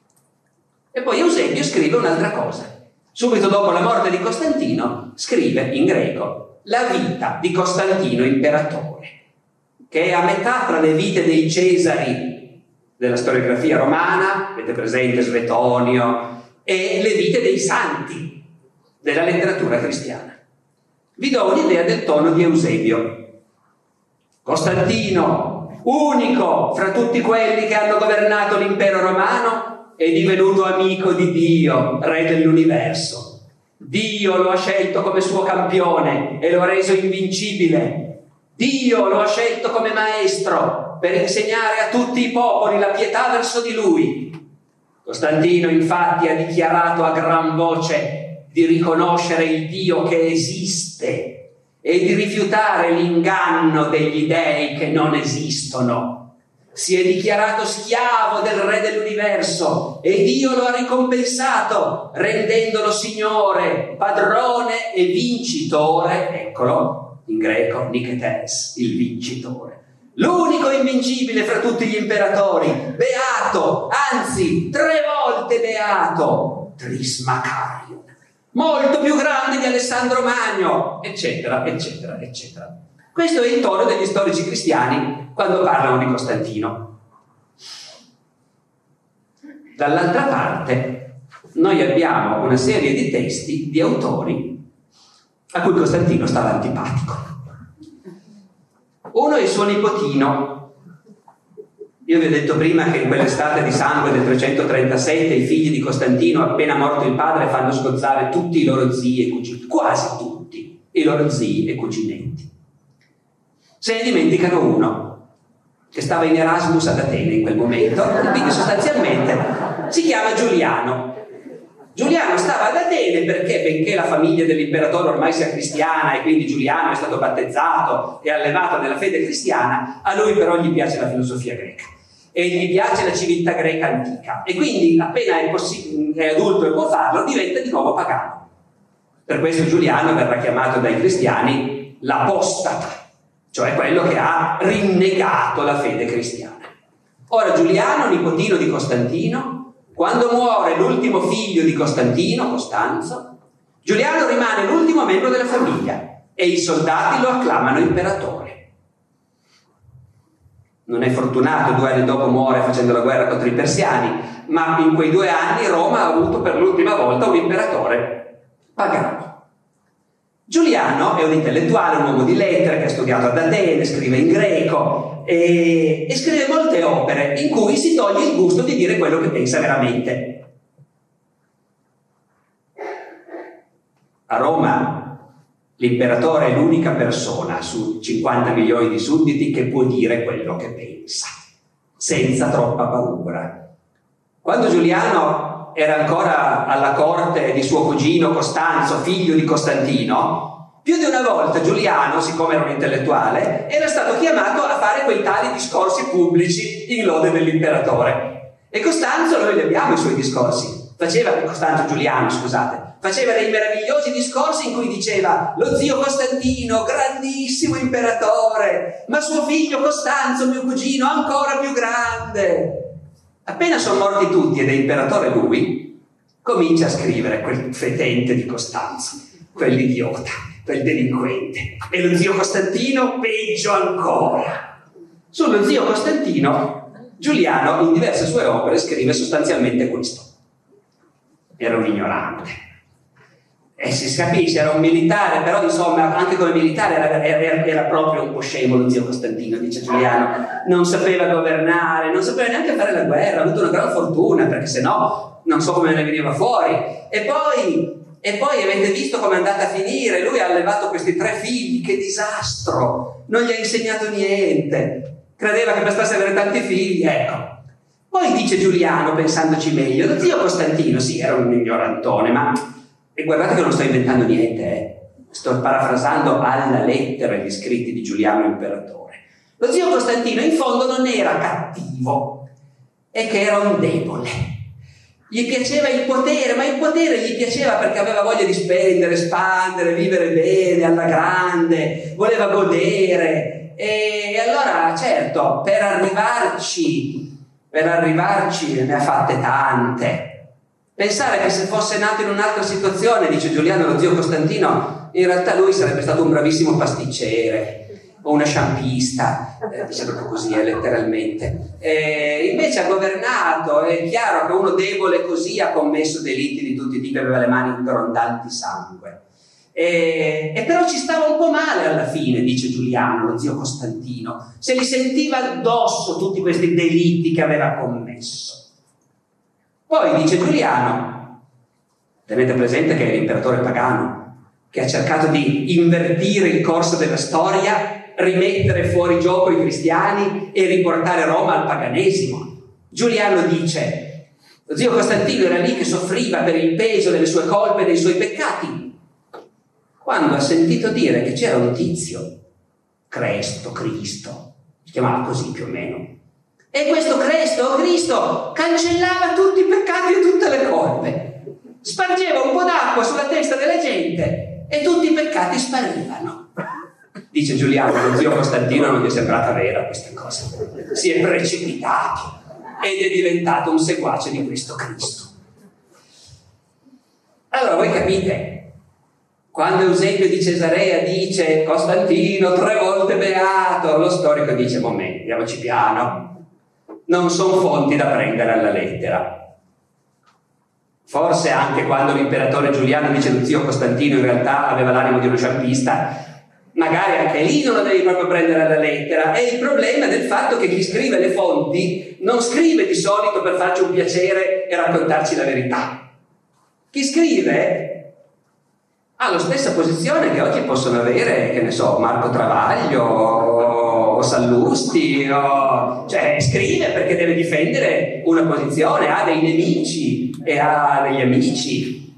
E poi Eusebio scrive un'altra cosa. Subito dopo la morte di Costantino scrive in greco la vita di Costantino imperatore, che è a metà tra le vite dei Cesari della storiografia romana, avete presente Svetonio, e le vite dei santi della letteratura cristiana. Vi do un'idea del tono di Eusebio. Costantino, unico fra tutti quelli che hanno governato l'impero romano, è divenuto amico di Dio, re dell'universo. Dio lo ha scelto come suo campione e lo ha reso invincibile. Dio lo ha scelto come maestro per insegnare a tutti i popoli la pietà verso di lui. Costantino infatti ha dichiarato a gran voce di riconoscere il Dio che esiste e di rifiutare l'inganno degli dei che non esistono. Si è dichiarato schiavo del Re dell'universo e Dio lo ha ricompensato rendendolo Signore, padrone e vincitore. Eccolo in greco, Niketes, il vincitore. L'unico invincibile fra tutti gli imperatori, beato, anzi 3 volte beato, Trismacarion, molto più grande di Alessandro Magno, eccetera, eccetera, eccetera. Questo è il tono degli storici cristiani quando parlano di Costantino. Dall'altra parte, noi abbiamo una serie di testi di autori a cui Costantino stava antipatico. Uno è il suo nipotino, Io vi ho detto prima che in quell'estate di sangue del 337 i figli di Costantino, appena morto il padre, fanno sgozzare tutti i loro zii e cugini, quasi tutti i loro zii e cuginetti. Se ne dimenticano uno, che stava in Erasmus ad Atene in quel momento, e quindi sostanzialmente si chiama Giuliano. Giuliano stava ad Atene perché, benché la famiglia dell'imperatore ormai sia cristiana e quindi Giuliano è stato battezzato e allevato nella fede cristiana, a lui però gli piace la filosofia greca e gli piace la civiltà greca antica, e quindi appena è adulto e può farlo, diventa di nuovo pagano. Per questo Giuliano verrà chiamato dai cristiani l'apostata, cioè quello che ha rinnegato la fede cristiana. Ora Giuliano, nipotino di Costantino, quando muore l'ultimo figlio di Costantino, Costanzo, Giuliano rimane l'ultimo membro della famiglia e i soldati lo acclamano imperatore. Non è fortunato, 2 anni dopo muore facendo la guerra contro i persiani, ma in quei 2 anni Roma ha avuto per l'ultima volta un imperatore pagano. Giuliano è un intellettuale, un uomo di lettere che ha studiato ad Atene, scrive in greco e scrive molte opere in cui si toglie il gusto di dire quello che pensa veramente. A Roma l'imperatore è l'unica persona su 50 milioni di sudditi che può dire quello che pensa, senza troppa paura. Quando Giuliano era ancora alla corte di suo cugino Costanzo, figlio di Costantino, più di una volta Giuliano, siccome era un intellettuale, era stato chiamato a fare quei tali discorsi pubblici in lode dell'imperatore. E Costanzo, noi li abbiamo i suoi discorsi, faceva dei meravigliosi discorsi in cui diceva: lo zio Costantino, grandissimo imperatore, ma suo figlio Costanzo, mio cugino, ancora più grande. Appena sono morti tutti ed è imperatore lui, comincia a scrivere quel fetente di Costanzo, quell'idiota, quel delinquente. E lo zio Costantino peggio ancora. Sullo zio Costantino Giuliano in diverse sue opere scrive sostanzialmente questo: era un ignorante. E si capisce, era un militare, però insomma anche come militare era proprio un po' scemo lo zio Costantino, dice Giuliano. Non sapeva governare, non sapeva neanche fare la guerra, ha avuto una gran fortuna, perché sennò non so come ne veniva fuori. E poi avete visto come è andata a finire. Lui ha allevato questi 3 figli, che disastro, non gli ha insegnato niente, credeva che bastasse avere tanti figli, ecco. Poi dice Giuliano, pensandoci meglio, lo zio Costantino sì, era un ignorantone, ma... E guardate che non sto inventando niente, sto parafrasando alla lettera gli scritti di Giuliano imperatore. Lo zio Costantino in fondo non era cattivo, è che era un debole. Gli piaceva il potere, ma il potere gli piaceva perché aveva voglia di spendere, espandere, vivere bene, alla grande, voleva godere. E allora, certo, per arrivarci ne ha fatte tante. Pensare che se fosse nato in un'altra situazione, dice Giuliano, lo zio Costantino, in realtà lui sarebbe stato un bravissimo pasticcere o una sciampista, dice proprio così, letteralmente. Invece ha governato, è chiaro che uno debole così ha commesso delitti di tutti i tipi, aveva le mani grondanti sangue. E però ci stava un po' male alla fine, dice Giuliano, lo zio Costantino, se li sentiva addosso tutti questi delitti che aveva commesso. Poi dice Giuliano, tenete presente che è l'imperatore pagano, che ha cercato di invertire il corso della storia, rimettere fuori gioco i cristiani e riportare Roma al paganesimo. Giuliano dice, lo zio Costantino era lì che soffriva per il peso delle sue colpe e dei suoi peccati, quando ha sentito dire che c'era un tizio, Cristo, si chiamava così più o meno, e questo Cristo cancellava tutti i peccati e tutte le colpe, spargeva un po' d'acqua sulla testa della gente e tutti i peccati sparivano. Dice Giuliano, lo zio Costantino non gli è sembrata vera questa cosa, si è precipitato ed è diventato un seguace di questo Cristo. Allora voi capite, quando Eusebio di Cesarea dice Costantino 3 volte beato, lo storico dice momento, andiamoci piano, non sono fonti da prendere alla lettera. Forse anche quando l'imperatore Giuliano dice lo zio Costantino in realtà aveva l'animo di uno sciampista, magari anche lì non lo devi proprio prendere alla lettera. È il problema del fatto che chi scrive le fonti non scrive di solito per farci un piacere e raccontarci la verità. Chi scrive ha la stessa posizione che oggi possono avere, che ne so, Marco Travaglio o Sallusti, cioè scrive perché deve difendere una posizione, ha dei nemici e ha degli amici.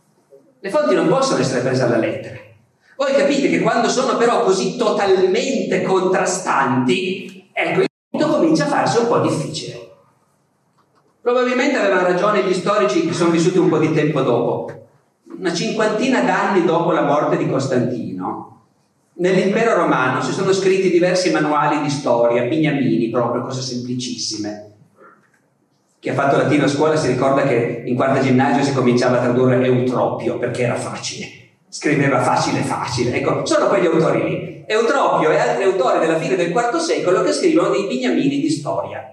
Le fonti non possono essere prese alla lettera. Voi capite che quando sono però così totalmente contrastanti, ecco, il punto comincia a farsi un po' difficile. Probabilmente avevano ragione gli storici che sono vissuti un po' di tempo dopo. Una cinquantina d'anni dopo la morte di Costantino, nell'impero romano si sono scritti diversi manuali di storia, bignamini proprio, cose semplicissime. Chi ha fatto latino a scuola si ricorda che in quarta ginnasio si cominciava a tradurre Eutropio perché era facile, scriveva facile. Ecco, sono quegli autori lì, Eutropio e altri autori della fine del IV secolo che scrivono dei bignamini di storia.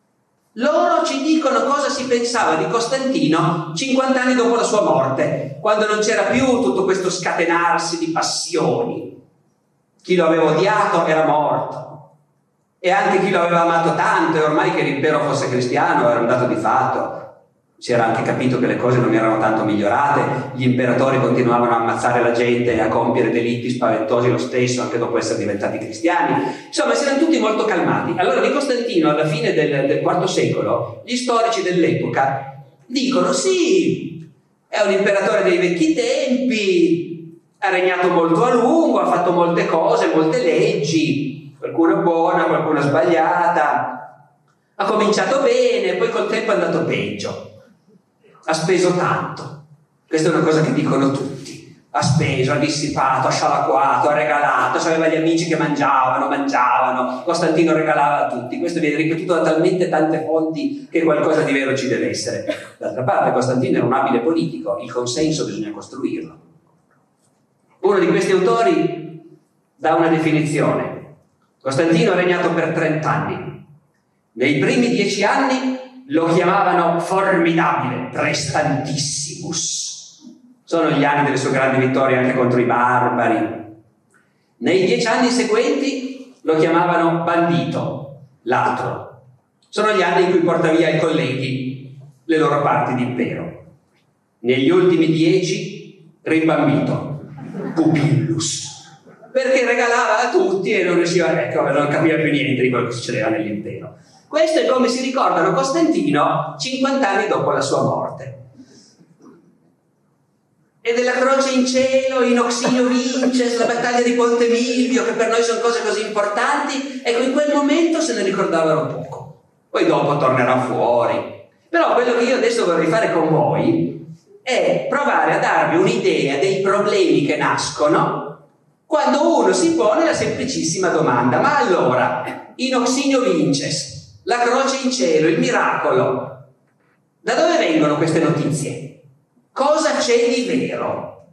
Loro ci dicono cosa si pensava di Costantino 50 anni dopo la sua morte, quando non c'era più tutto questo scatenarsi di passioni. Chi lo aveva odiato era morto, e anche chi lo aveva amato tanto, e ormai che l'impero fosse cristiano era un dato di fatto. Si era anche capito che le cose non erano tanto migliorate, gli imperatori continuavano a ammazzare la gente e a compiere delitti spaventosi lo stesso anche dopo essere diventati cristiani. Insomma, si erano tutti molto calmati. Allora di Costantino alla fine del IV secolo gli storici dell'epoca dicono sì, è un imperatore dei vecchi tempi, ha regnato molto a lungo, ha fatto molte cose, molte leggi, qualcuna buona, qualcuna sbagliata, ha cominciato bene, poi col tempo è andato peggio. Ha speso tanto, questa è una cosa che dicono tutti, ha speso, ha dissipato, ha scialacquato, ha regalato, aveva gli amici che mangiavano, Costantino regalava a tutti, questo viene ripetuto da talmente tante fonti che qualcosa di vero ci deve essere. D'altra parte Costantino era un abile politico, il consenso bisogna costruirlo. Uno di questi autori dà una definizione: Costantino ha regnato per 30 anni, nei primi 10 anni lo chiamavano formidabile, prestantissimus. Sono gli anni delle sue grandi vittorie anche contro i barbari. Nei 10 anni seguenti lo chiamavano bandito, ladro. Sono gli anni in cui porta via ai colleghi le loro parti di impero. Negli ultimi 10, rimbambito, pupillus, perché regalava a tutti e non riusciva, non capiva più niente di quello che succedeva nell'impero. Questo è come si ricordano Costantino 50 anni dopo la sua morte. E della croce in cielo, in Oxinio Vinces, la battaglia di Ponte Milvio, che per noi sono cose così importanti, ecco, in quel momento se ne ricordavano poco. Poi dopo tornerà fuori. Però quello che io adesso vorrei fare con voi è provare a darvi un'idea dei problemi che nascono quando uno si pone la semplicissima domanda: ma allora, in Oxinio Vinces, la croce in cielo, il miracolo, da dove vengono queste notizie? Cosa c'è di vero?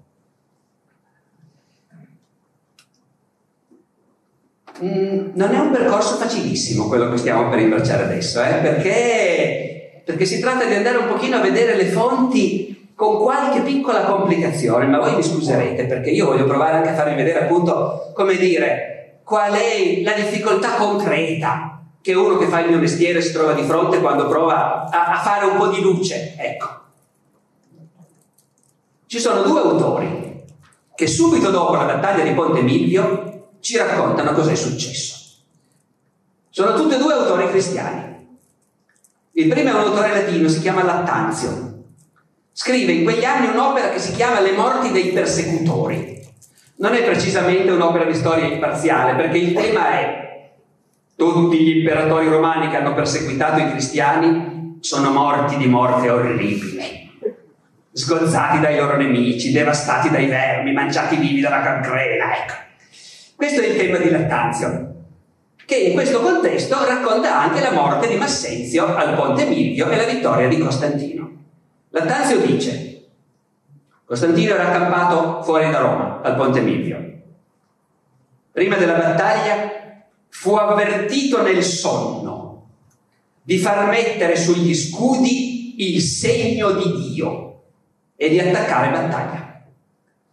Non è un percorso facilissimo quello che stiamo per imbracciare adesso, perché si tratta di andare un pochino a vedere le fonti con qualche piccola complicazione, ma voi mi scuserete perché io voglio provare anche a farvi vedere appunto, come dire, qual è la difficoltà concreta che uno che fa il mio mestiere si trova di fronte quando prova a fare un po' di luce. Ecco, ci sono due autori che subito dopo la battaglia di Ponte Milvio ci raccontano cos'è successo. Sono tutti e due autori cristiani. Il primo è un autore latino, si chiama Lattanzio. Scrive in quegli anni un'opera che si chiama Le morti dei persecutori. Non è precisamente un'opera di storia imparziale, perché il tema è: tutti gli imperatori romani che hanno perseguitato i cristiani sono morti di morte orribile, sgozzati dai loro nemici, devastati dai vermi, mangiati vivi dalla cancrena. Ecco, questo è il tema di Lattanzio, che in questo contesto racconta anche la morte di Massenzio al Ponte Milvio e la vittoria di Costantino. Lattanzio dice: Costantino era accampato fuori da Roma, al Ponte Milvio. Prima della battaglia fu avvertito nel sonno di far mettere sugli scudi il segno di Dio e di attaccare battaglia.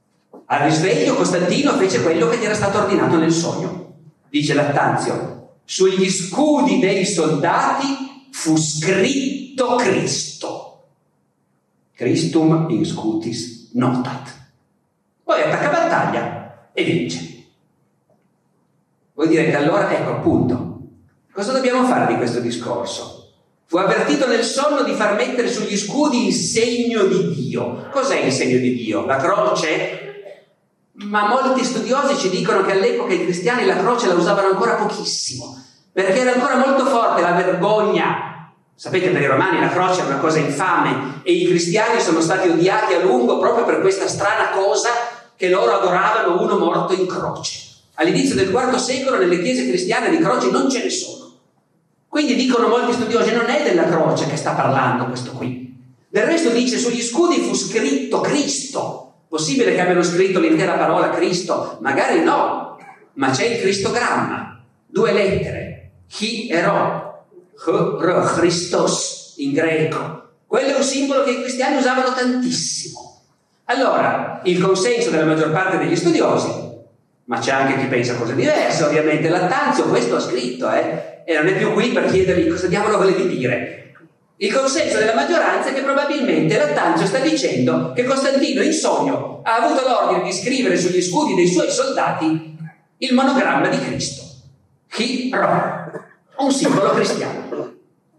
Al risveglio Costantino fece quello che gli era stato ordinato nel sogno. Dice Lattanzio: sugli scudi dei soldati fu scritto Cristo. Christum in scutis notat. Poi attacca battaglia e vince. Vuol dire che allora, ecco appunto, cosa dobbiamo fare di questo discorso? Fu avvertito nel sonno di far mettere sugli scudi il segno di Dio. Cos'è il segno di Dio? La croce? Ma molti studiosi ci dicono che all'epoca i cristiani la croce la usavano ancora pochissimo, perché era ancora molto forte la vergogna. Sapete, per i romani la croce è una cosa infame e i cristiani sono stati odiati a lungo proprio per questa strana cosa che loro adoravano uno morto in croce. All'inizio del IV secolo nelle chiese cristiane di croci non ce ne sono. Quindi dicono molti studiosi, non è della croce che sta parlando questo qui. Del resto dice, sugli scudi fu scritto Cristo. Possibile che abbiano scritto l'intera parola Cristo? Magari no, ma c'è il cristogramma, 2 lettere, chi e ro, Christos in greco. Quello è un simbolo che i cristiani usavano tantissimo. Allora, il consenso della maggior parte degli studiosi, ma c'è anche chi pensa cose diverse, ovviamente Lattanzio questo ha scritto, e non è più qui per chiedergli cosa diavolo volevi dire. Il consenso della maggioranza è che probabilmente Lattanzio sta dicendo che Costantino in sogno ha avuto l'ordine di scrivere sugli scudi dei suoi soldati il monogramma di Cristo, Chi Ro, un simbolo cristiano. A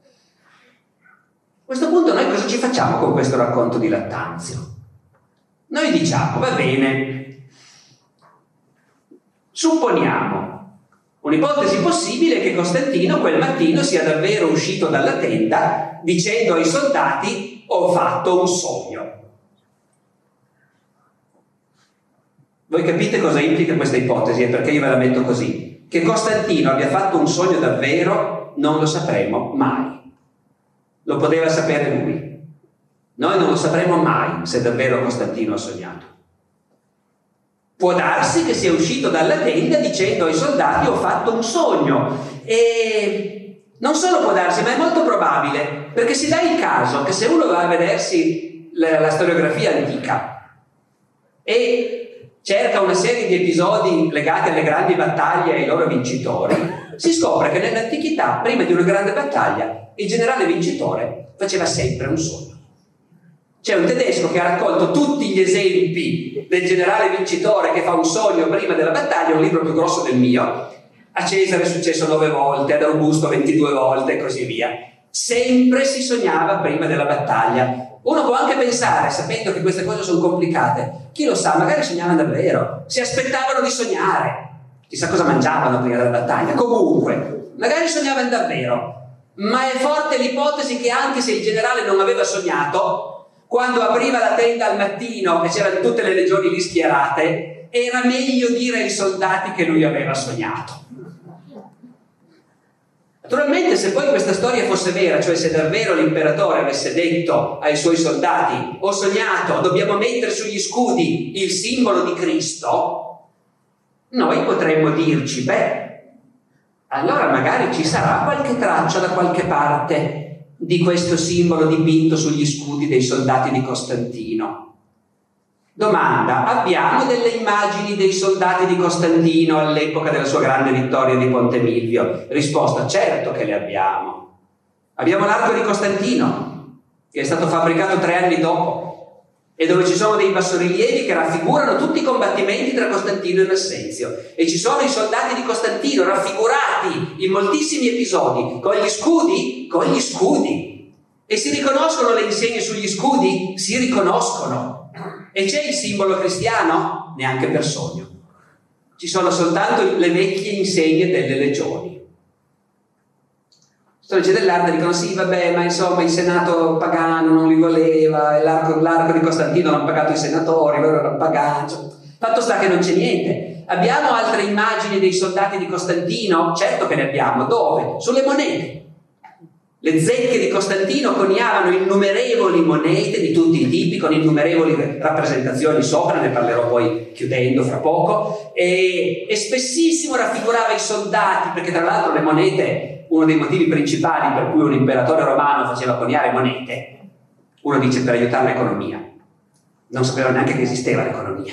questo punto noi cosa ci facciamo con questo racconto di Lattanzio? Noi diciamo, va bene, supponiamo un'ipotesi possibile è che Costantino quel mattino sia davvero uscito dalla tenda dicendo ai soldati: ho fatto un sogno. Voi capite cosa implica questa ipotesi? E perché io ve la metto così? Che Costantino abbia fatto un sogno davvero non lo sapremo mai. Lo poteva sapere lui. Noi non lo sapremo mai se davvero Costantino ha sognato. Può darsi che sia uscito dalla tenda dicendo ai soldati: ho fatto un sogno. E non solo può darsi, ma è molto probabile, perché si dà il caso che se uno va a vedersi la storiografia antica e cerca una serie di episodi legati alle grandi battaglie e ai loro vincitori, si scopre che nell'antichità, prima di una grande battaglia, il generale vincitore faceva sempre un sogno. C'è un tedesco che ha raccolto tutti gli esempi del generale vincitore che fa un sogno prima della battaglia, un libro più grosso del mio. A Cesare è successo 9 volte, ad Augusto 22 volte e così via. Sempre si sognava prima della battaglia. Uno può anche pensare, sapendo che queste cose sono complicate, chi lo sa, magari sognavano davvero, si aspettavano di sognare, chissà cosa mangiavano prima della battaglia. Comunque, magari sognavano davvero, ma è forte l'ipotesi che anche se il generale non aveva sognato, quando apriva la tenda al mattino e c'erano tutte le legioni lì schierate, era meglio dire ai soldati che lui aveva sognato. Naturalmente, se poi questa storia fosse vera, cioè se davvero l'imperatore avesse detto ai suoi soldati: ho sognato, dobbiamo mettere sugli scudi il simbolo di Cristo, noi potremmo dirci: beh, allora magari ci sarà qualche traccia da qualche parte di questo simbolo dipinto sugli scudi dei soldati di Costantino. Domanda: abbiamo delle immagini dei soldati di Costantino all'epoca della sua grande vittoria di Ponte Milvio? Risposta: certo che le abbiamo. Abbiamo l'arco di Costantino, che è stato fabbricato 3 anni dopo e dove ci sono dei bassorilievi che raffigurano tutti i combattimenti tra Costantino e Massenzio, e ci sono i soldati di Costantino raffigurati in moltissimi episodi con gli scudi, e si riconoscono le insegne sugli scudi? Si riconoscono. E c'è il simbolo cristiano? Neanche per sogno. Ci sono soltanto le vecchie insegne delle legioni. Storici dell'arte dicono: sì, vabbè, ma insomma il Senato pagano non li voleva, e l'arco di Costantino non ha pagato i senatori, loro erano pagati. Fatto sta che non c'è niente. Abbiamo altre immagini dei soldati di Costantino? Certo che ne abbiamo. Dove? Sulle monete. Le zecche di Costantino coniavano innumerevoli monete di tutti i tipi, con innumerevoli rappresentazioni sopra, ne parlerò poi chiudendo fra poco, e spessissimo raffigurava i soldati, perché tra l'altro le monete, uno dei motivi principali per cui un imperatore romano faceva coniare monete, uno dice per aiutare l'economia, non sapeva neanche che esisteva l'economia,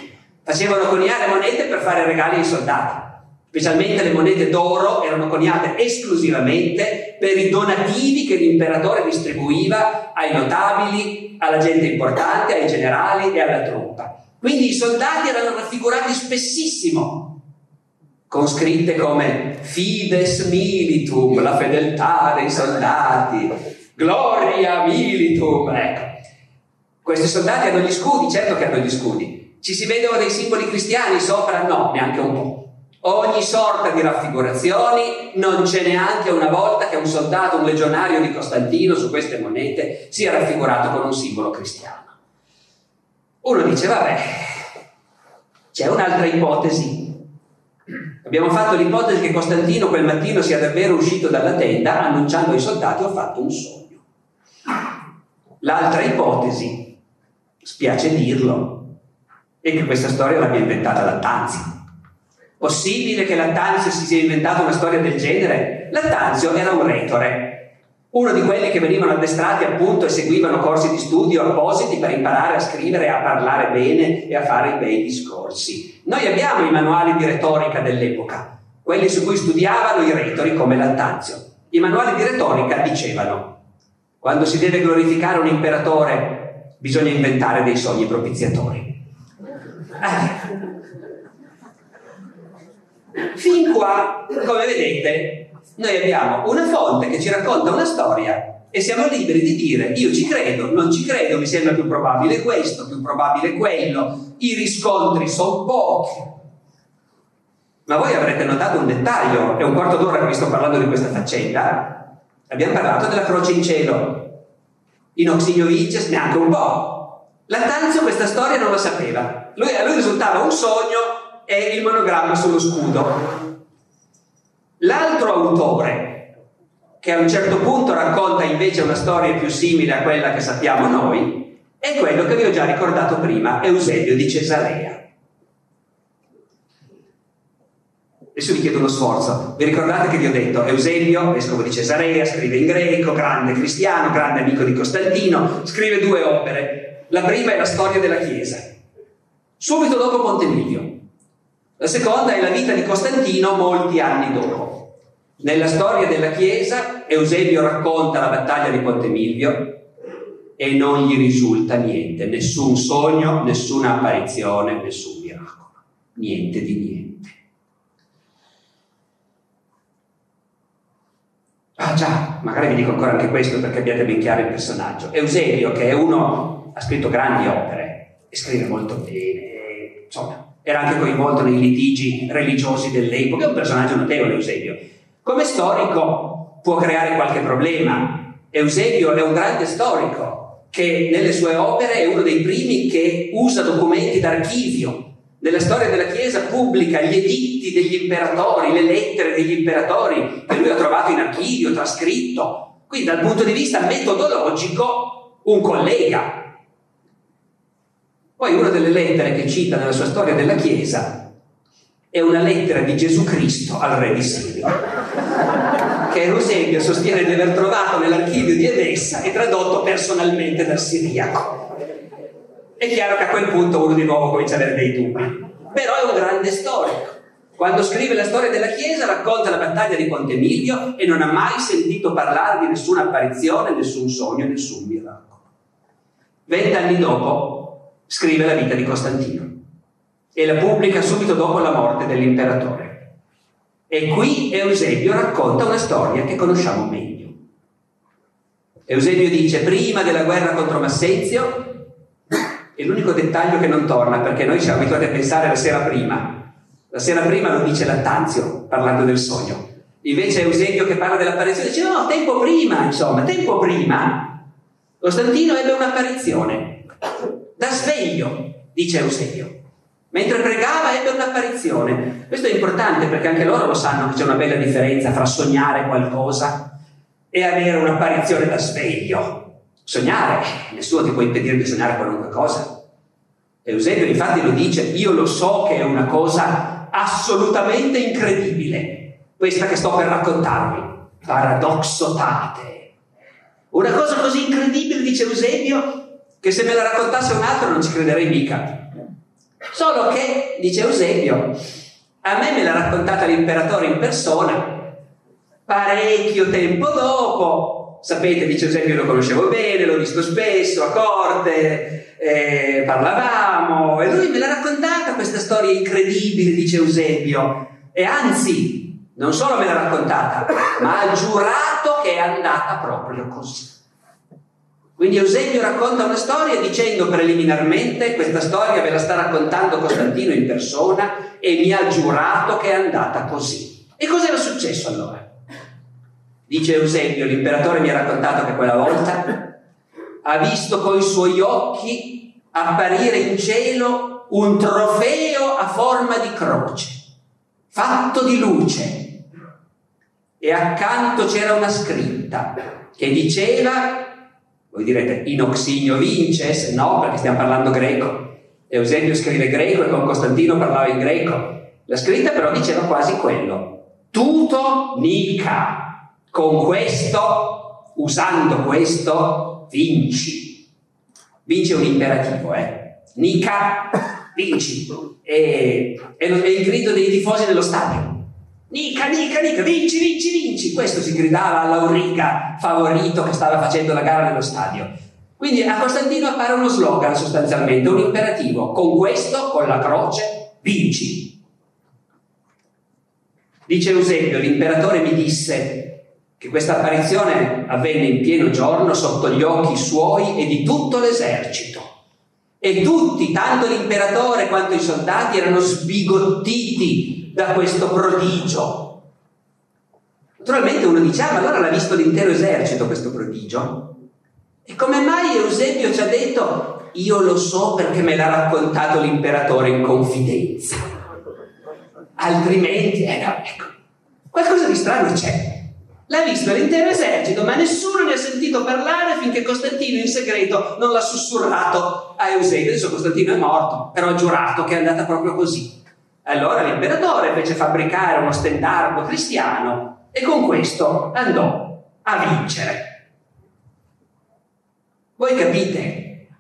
Facevano coniare monete per fare regali ai soldati. Specialmente le monete d'oro erano coniate esclusivamente per i donativi che l'imperatore distribuiva ai notabili, alla gente importante, ai generali e alla truppa. Quindi i soldati erano raffigurati spessissimo con scritte come Fides Militum, la fedeltà dei soldati, Gloria Militum. Ecco, questi soldati hanno gli scudi, certo che hanno gli scudi. Ci si vedono dei simboli cristiani sopra? No, neanche un po'. Ogni sorta di raffigurazioni, non c'è neanche una volta che un soldato, un legionario di Costantino su queste monete sia raffigurato con un simbolo cristiano. Uno dice, vabbè, c'è un'altra ipotesi. Abbiamo fatto l'ipotesi che Costantino quel mattino sia davvero uscito dalla tenda annunciando ai soldati: ho fatto un sogno. L'altra ipotesi, spiace dirlo, è che questa storia l'abbia inventata Lattanzio. Possibile che Lattanzio si sia inventato una storia del genere? Lattanzio era un retore, uno di quelli che venivano addestrati appunto e seguivano corsi di studio appositi per imparare a scrivere, a parlare bene e a fare i bei discorsi. Noi abbiamo i manuali di retorica dell'epoca, quelli su cui studiavano i retori come Lattanzio. I manuali di retorica dicevano: quando si deve glorificare un imperatore bisogna inventare dei sogni propiziatori. Fin qua, come vedete, noi abbiamo una fonte che ci racconta una storia e siamo liberi di dire: io ci credo, non ci credo, mi sembra più probabile questo, più probabile quello, i riscontri sono pochi. Ma voi avrete notato un dettaglio: è un quarto d'ora che vi sto parlando di questa faccenda. Abbiamo parlato della croce in cielo, in Auxilio Vices neanche un po'. Lattanzio questa storia non lo sapeva, a lui risultava un sogno e il monogramma sullo scudo. L'altro autore, che a un certo punto racconta invece una storia più simile a quella che sappiamo noi, è quello che vi ho già ricordato prima, Eusebio di Cesarea. Adesso vi chiedo uno sforzo. Vi ricordate che vi ho detto Eusebio, vescovo di Cesarea, scrive in greco, grande cristiano, grande amico di Costantino, scrive 2 opere. La prima è la storia della Chiesa, subito dopo Ponte Milvio. La seconda è la vita di Costantino molti anni dopo. Nella storia della Chiesa Eusebio racconta la battaglia di Ponte Milvio e non gli risulta niente, nessun sogno, nessuna apparizione, nessun miracolo, niente di niente. Ah già, magari vi dico ancora anche questo perché abbiate ben chiaro il personaggio. Eusebio, che è uno, ha scritto grandi opere e scrive molto bene, insomma, era anche coinvolto nei litigi religiosi dell'epoca, è un personaggio notevole Eusebio. Come storico può creare qualche problema. Eusebio è un grande storico che nelle sue opere è uno dei primi che usa documenti d'archivio. Nella storia della Chiesa pubblica gli editti degli imperatori, le lettere degli imperatori che lui ha trovato in archivio, trascritto. Quindi dal punto di vista metodologico un collega. Poi una delle lettere che cita nella sua storia della Chiesa è una lettera di Gesù Cristo al re di Siria, che Eusebio sostiene di aver trovato nell'archivio di Edessa e tradotto personalmente dal siriaco. È chiaro che a quel punto uno di nuovo comincia ad avere dei dubbi, però è un grande storico. Quando scrive la storia della Chiesa racconta la battaglia di Ponte Milvio e non ha mai sentito parlare di nessuna apparizione, nessun sogno, nessun miracolo. 20 anni dopo scrive la vita di Costantino e la pubblica subito dopo la morte dell'imperatore. E qui Eusebio racconta una storia che conosciamo meglio. Eusebio dice: prima della guerra contro Massenzio, è l'unico dettaglio che non torna perché noi siamo abituati a pensare la sera prima. La sera prima lo dice Lattanzio parlando del sogno. Invece Eusebio, che parla dell'apparizione, dice no, tempo prima Costantino ebbe un'apparizione da sveglio, dice Eusebio. Mentre pregava ebbe un'apparizione. Questo è importante perché anche loro lo sanno che c'è una bella differenza fra sognare qualcosa e avere un'apparizione da sveglio. Sognare, nessuno ti può impedire di sognare qualunque cosa. Eusebio infatti lo dice: io lo so che è una cosa assolutamente incredibile questa che sto per raccontarvi, paradoxotate. Una cosa così incredibile, dice Eusebio, che se me la raccontasse un altro non ci crederei mica. Solo che, dice Eusebio, a me l'ha raccontata l'imperatore in persona parecchio tempo dopo. Sapete, dice Eusebio, lo conoscevo bene, l'ho visto spesso a corte, parlavamo, e lui me l'ha raccontata questa storia incredibile, dice Eusebio, e anzi, non solo me l'ha raccontata, ma ha giurato che è andata proprio così. Quindi Eusebio racconta una storia dicendo preliminarmente: questa storia ve la sta raccontando Costantino in persona e mi ha giurato che è andata così. E cos'era successo allora? Dice Eusebio, l'imperatore mi ha raccontato che quella volta ha visto coi suoi occhi apparire in cielo un trofeo a forma di croce, fatto di luce, e accanto c'era una scritta che diceva, voi direte, in oxinio vinces? No, perché stiamo parlando greco. Eusebio scrive greco e con Costantino parlava in greco. La scritta però diceva quasi quello: tuto nica. Con questo, usando questo, vinci. Vinci è un imperativo, Nica, vinci. E il grido dei tifosi dello stadio. Nica, Nica, Nica, vinci, vinci, vinci. Questo si gridava all'Auriga, favorito che stava facendo la gara nello stadio. Quindi a Costantino appare uno slogan sostanzialmente, un imperativo: con questo, con la croce, vinci. Dice Eusebio, l'imperatore mi disse che questa apparizione avvenne in pieno giorno sotto gli occhi suoi e di tutto l'esercito. E tutti, tanto l'imperatore quanto i soldati, erano sbigottiti da questo prodigio. Naturalmente uno dice: ma allora l'ha visto l'intero esercito questo prodigio? E come mai Eusebio ci ha detto: io lo so perché me l'ha raccontato l'imperatore in confidenza, altrimenti no, ecco, qualcosa di strano c'è. L'ha visto l'intero esercito, ma nessuno ne ha sentito parlare finché Costantino in segreto non l'ha sussurrato a Eusebio. Adesso Costantino è morto, però ha giurato che è andata proprio così. Allora l'imperatore fece fabbricare uno stendardo cristiano e con questo andò a vincere. Voi capite?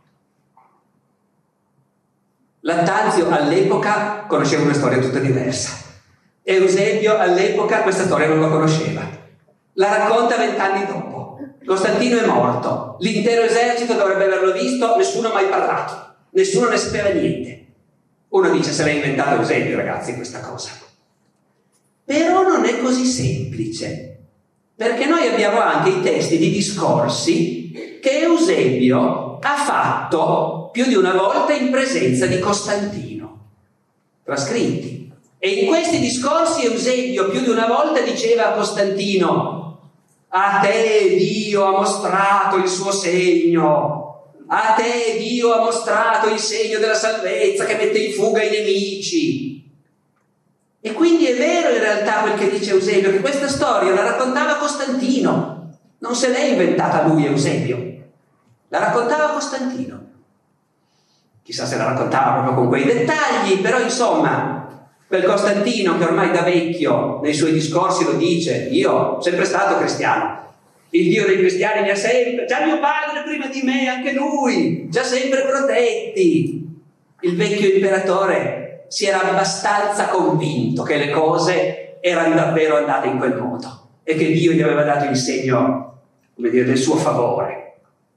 Lattanzio all'epoca conosceva una storia tutta diversa. Eusebio all'epoca questa storia non la conosceva. La racconta 20 anni dopo. Costantino è morto, l'intero esercito dovrebbe averlo visto, nessuno ha mai parlato, nessuno ne sapeva niente. Uno dice: se l'ha inventato Eusebio, ragazzi, questa cosa. Però non è così semplice, perché noi abbiamo anche i testi di discorsi che Eusebio ha fatto più di una volta in presenza di Costantino, trascritti. E in questi discorsi Eusebio più di una volta diceva a Costantino: a te Dio ha mostrato il suo segno, a te Dio ha mostrato il segno della salvezza che mette in fuga i nemici. E quindi è vero in realtà quel che dice Eusebio, che questa storia la raccontava Costantino, non se l'è inventata lui Eusebio, la raccontava Costantino. Chissà se la raccontava proprio con quei dettagli, però insomma, quel Costantino che ormai da vecchio nei suoi discorsi lo dice: io sono sempre stato cristiano, il Dio dei cristiani mi ha sempre, già mio padre prima di me, anche lui, già sempre protetti. Il vecchio imperatore si era abbastanza convinto che le cose erano davvero andate in quel modo e che Dio gli aveva dato il segno, come dire, del suo favore.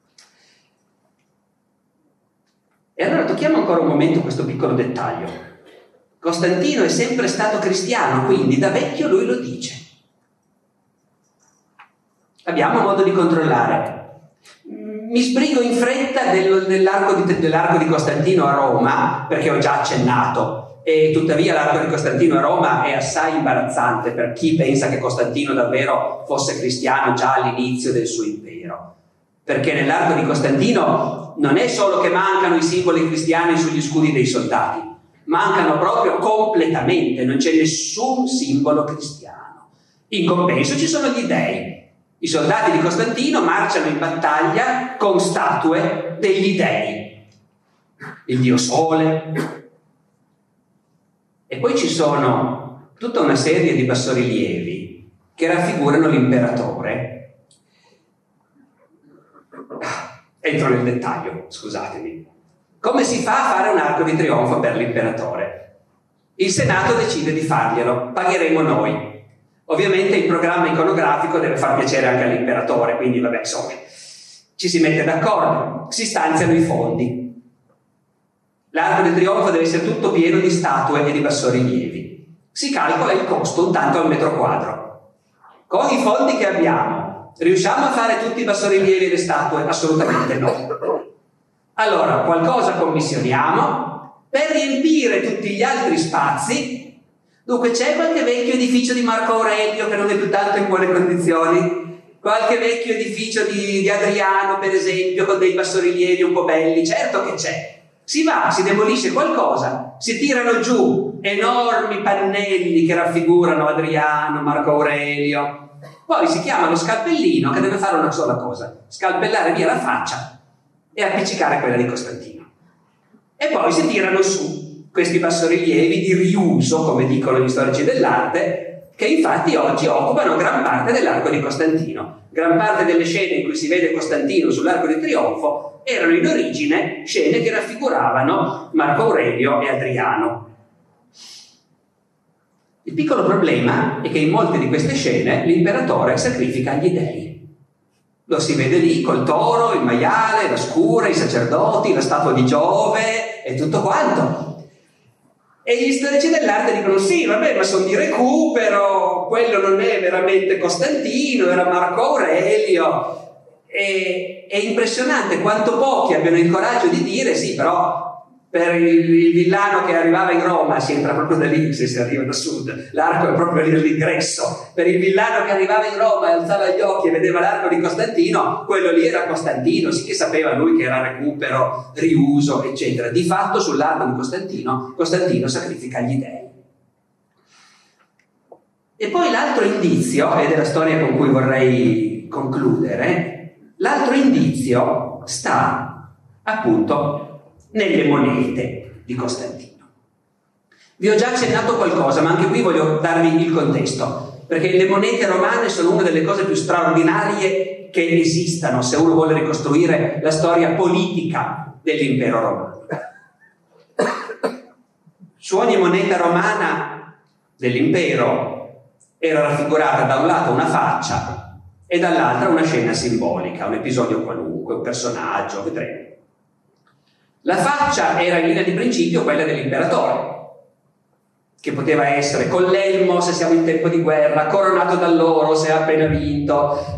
E allora tocchiamo ancora un momento questo piccolo dettaglio. Costantino è sempre stato cristiano, quindi da vecchio lui lo dice. Abbiamo modo di controllare. Mi sbrigo in fretta dell'arco di Costantino a Roma, perché ho già accennato, e tuttavia l'arco di Costantino a Roma è assai imbarazzante per chi pensa che Costantino davvero fosse cristiano già all'inizio del suo impero. Perché nell'arco di Costantino non è solo che mancano i simboli cristiani sugli scudi dei soldati, mancano proprio completamente, non c'è nessun simbolo cristiano. In compenso ci sono gli dei. I soldati di Costantino marciano in battaglia con statue degli dei, il dio Sole. E poi ci sono tutta una serie di bassorilievi che raffigurano l'imperatore. Entro nel dettaglio, scusatemi. Come si fa a fare un arco di trionfo per l'imperatore? Il Senato decide di farglielo, pagheremo noi. Ovviamente il programma iconografico deve far piacere anche all'imperatore, quindi vabbè, insomma, ci si mette d'accordo, si stanziano i fondi. L'arco di trionfo deve essere tutto pieno di statue e di bassorilievi. Si calcola il costo un tanto al metro quadro. Con i fondi che abbiamo, riusciamo a fare tutti i bassorilievi e le statue? Assolutamente no. Allora, qualcosa commissioniamo per riempire tutti gli altri spazi. Dunque, c'è qualche vecchio edificio di Marco Aurelio che non è più tanto in buone condizioni? Qualche vecchio edificio di Adriano, per esempio, con dei bassorilievi un po' belli? Certo che c'è. Si va, si demolisce qualcosa, si tirano giù enormi pannelli che raffigurano Adriano, Marco Aurelio. Poi si chiama lo scalpellino che deve fare una sola cosa: scalpellare via la faccia e appiccicare quella di Costantino. E poi si tirano su questi bassorilievi di riuso, come dicono gli storici dell'arte, che infatti oggi occupano gran parte dell'Arco di Costantino. Gran parte delle scene in cui si vede Costantino sull'Arco di Trionfo erano in origine scene che raffiguravano Marco Aurelio e Adriano. Il piccolo problema è che in molte di queste scene l'imperatore sacrifica gli dei. Lo si vede lì col toro, il maiale, la scura, i sacerdoti, la statua di Giove e tutto quanto. E gli storici dell'arte dicono: sì, vabbè, ma sono di recupero, quello non è veramente Costantino, era Marco Aurelio. È impressionante quanto pochi abbiano il coraggio di dire: sì, però per il villano che arrivava in Roma, si entra proprio da lì se si arriva da sud, l'arco è proprio lì all'ingresso. Per il villano che arrivava in Roma e alzava gli occhi e vedeva l'arco di Costantino, quello lì era Costantino, sì che sapeva lui che era recupero, riuso, eccetera. Di fatto sull'arco di Costantino, Costantino sacrifica gli dei. E poi l'altro indizio, ed è la storia con cui vorrei concludere, l'altro indizio sta appunto nelle monete di Costantino. Vi ho già accennato qualcosa, ma anche qui voglio darvi il contesto, perché le monete romane sono una delle cose più straordinarie che esistano se uno vuole ricostruire la storia politica dell'impero romano. Su ogni moneta romana dell'impero era raffigurata da un lato una faccia e dall'altra una scena simbolica, un episodio qualunque, un personaggio, vedremo. La faccia era in linea di principio quella dell'imperatore, che poteva essere con l'elmo se siamo in tempo di guerra, coronato dall'oro se ha appena vinto.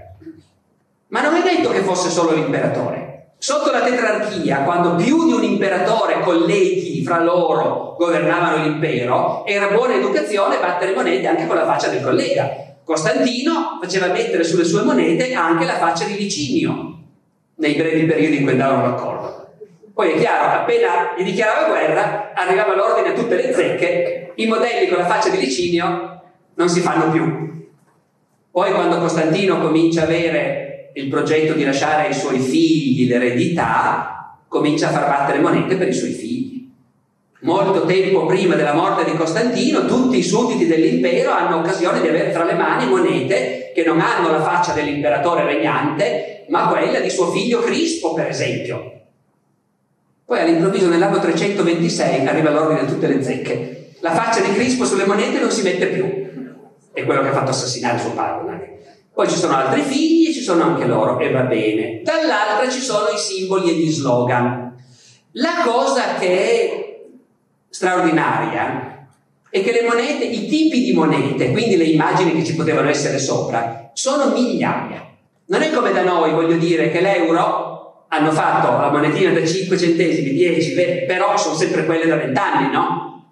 Ma non è detto che fosse solo l'imperatore. Sotto la tetrarchia, quando più di un imperatore colleghi fra loro governavano l'impero, era buona educazione battere monete anche con la faccia del collega. Costantino faceva mettere sulle sue monete anche la faccia di Licinio nei brevi periodi in cui andavano d'accordo. Poi è chiaro, appena gli dichiarava guerra, arrivava l'ordine a tutte le zecche, i modelli con la faccia di Licinio non si fanno più. Poi quando Costantino comincia a avere il progetto di lasciare ai suoi figli l'eredità, comincia a far battere monete per i suoi figli. Molto tempo prima della morte di Costantino, tutti i sudditi dell'impero hanno occasione di avere tra le mani monete che non hanno la faccia dell'imperatore regnante, ma quella di suo figlio Crispo, per esempio. Poi all'improvviso nell'anno 326 arriva l'ordine a tutte le zecche. La faccia di Crispo sulle monete non si mette più. È quello che ha fatto assassinare suo padre. Poi ci sono altri figli e ci sono anche loro, e va bene. Dall'altra ci sono i simboli e gli slogan. La cosa che è straordinaria è che le monete, i tipi di monete, quindi le immagini che ci potevano essere sopra, sono migliaia. Non è come da noi, voglio dire, che l'euro hanno fatto la monetina da 5 centesimi, 10, 20, però sono sempre quelle da 20 anni, no?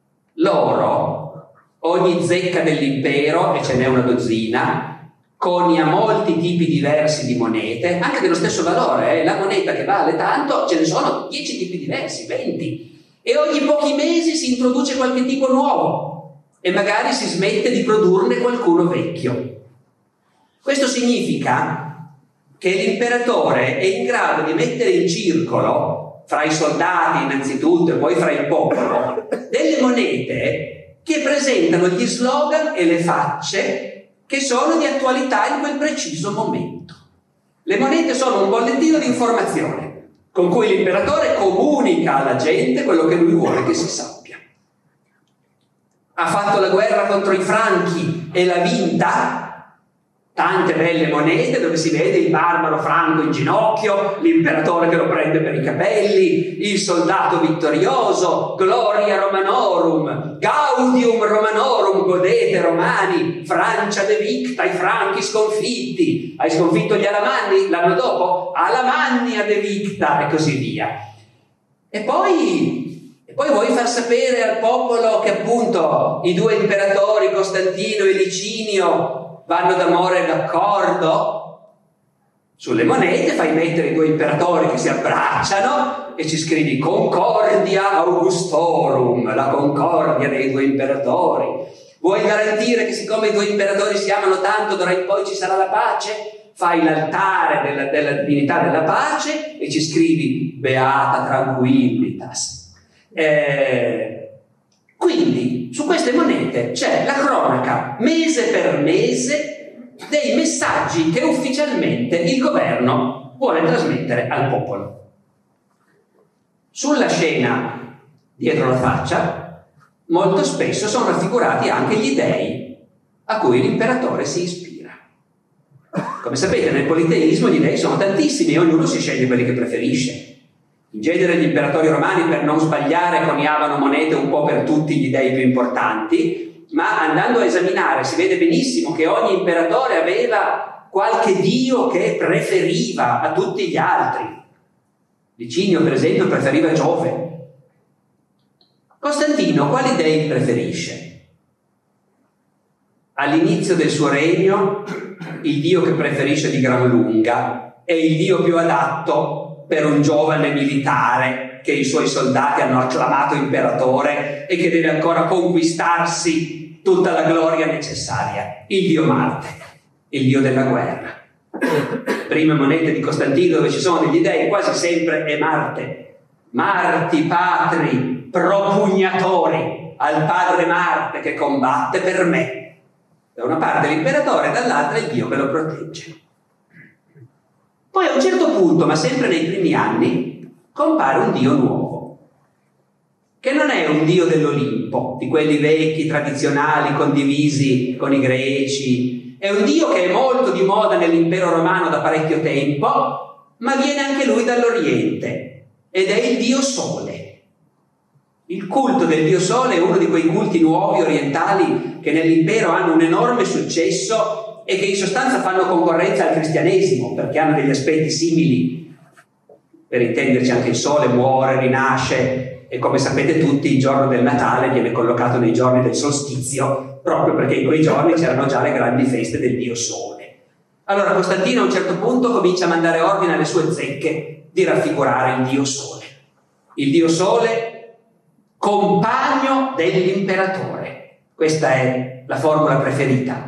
Loro, ogni zecca dell'impero, e ce n'è una dozzina, conia molti tipi diversi di monete, anche dello stesso valore, la moneta che vale tanto, ce ne sono 10 tipi diversi, 20, e ogni pochi mesi si introduce qualche tipo nuovo, e magari si smette di produrne qualcuno vecchio. Questo significa che l'imperatore è in grado di mettere in circolo, fra i soldati innanzitutto e poi fra il popolo, delle monete che presentano gli slogan e le facce che sono di attualità in quel preciso momento. Le monete sono un bollettino di informazione. con cui l'imperatore comunica alla gente quello che lui vuole che si sappia. Ha fatto la guerra contro i Franchi e l'ha vinta. Tante belle monete dove si vede il barbaro franco in ginocchio, l'imperatore che lo prende per i capelli, il soldato vittorioso, Gloria Romanorum, Gaudium Romanorum, godete romani, Francia de victa, i franchi sconfitti. Hai sconfitto gli Alamanni? L'anno dopo? Alamannia de victa, e così via. E poi vuoi far sapere al popolo che appunto i due imperatori, Costantino e Licinio, vanno d'amore d'accordo? Sulle monete fai mettere i due imperatori che si abbracciano e ci scrivi Concordia Augustorum, la concordia dei due imperatori. Vuoi garantire che siccome i due imperatori si amano tanto d'ora in poi ci sarà la pace? Fai l'altare della divinità della pace e ci scrivi Beata Tranquillitas. Quindi su queste monete c'è la cronaca mese per mese dei messaggi che ufficialmente il governo vuole trasmettere al popolo. Sulla scena, dietro la faccia, molto spesso sono raffigurati anche gli dei a cui l'imperatore si ispira. Come sapete, nel politeismo gli dei sono tantissimi e ognuno si sceglie quelli che preferisce. In genere gli imperatori romani, per non sbagliare, coniavano monete un po' per tutti gli dei più importanti, ma andando a esaminare si vede benissimo che ogni imperatore aveva qualche dio che preferiva a tutti gli altri. Licinio, per esempio, preferiva Giove. Costantino quali dei preferisce? All'inizio del suo regno, il dio che preferisce di gran lunga è il dio più adatto per un giovane militare che i suoi soldati hanno acclamato imperatore e che deve ancora conquistarsi tutta la gloria necessaria, il dio Marte, il dio della guerra. Prime monete di Costantino dove ci sono degli dei quasi sempre è Marte. Marti patri propugnatori, al padre Marte che combatte per me. Da una parte l'imperatore, dall'altra il dio che lo protegge. Poi a un certo punto, ma sempre nei primi anni, compare un dio nuovo, che non è un dio dell'Olimpo, di quelli vecchi, tradizionali, condivisi con i greci. È un dio che è molto di moda nell'impero romano da parecchio tempo, ma viene anche lui dall'Oriente, ed è il dio Sole. Il culto del dio Sole è uno di quei culti nuovi orientali che nell'impero hanno un enorme successo e che in sostanza fanno concorrenza al cristianesimo perché hanno degli aspetti simili. Per intenderci, anche il sole muore, rinasce e, come sapete tutti, il giorno del Natale viene collocato nei giorni del solstizio proprio perché in quei giorni c'erano già le grandi feste del dio Sole. Allora Costantino a un certo punto comincia a mandare ordine alle sue zecche di raffigurare il dio Sole. Il dio Sole, compagno dell'imperatore. Questa è la formula preferita.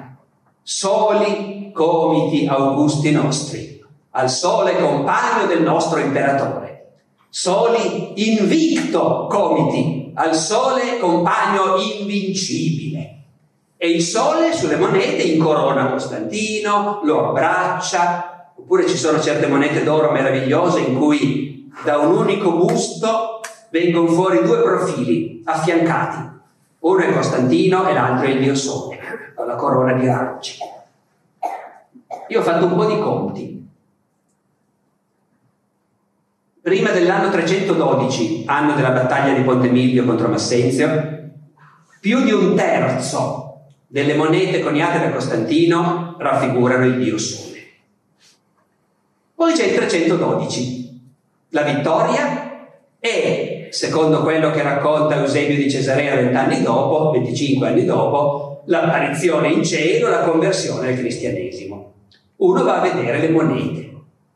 Soli comiti augusti nostri, al sole compagno del nostro imperatore. Soli invicto comiti, al sole compagno invincibile. E il sole sulle monete incorona Costantino, lo abbraccia, oppure ci sono certe monete d'oro meravigliose in cui da un unico busto vengono fuori due profili affiancati. Uno è Costantino e l'altro è il dio Sole, con la corona di raggi. Io ho fatto un po' di conti. Prima dell'anno 312, anno della battaglia di Ponte Milvio contro Massenzio, più di un terzo delle monete coniate da Costantino raffigurano il dio Sole. Poi c'è il 312, la vittoria e, secondo quello che racconta Eusebio di Cesarea 20 anni dopo, 25 anni dopo, l'apparizione in cielo, la conversione al cristianesimo. Uno va a vedere le monete.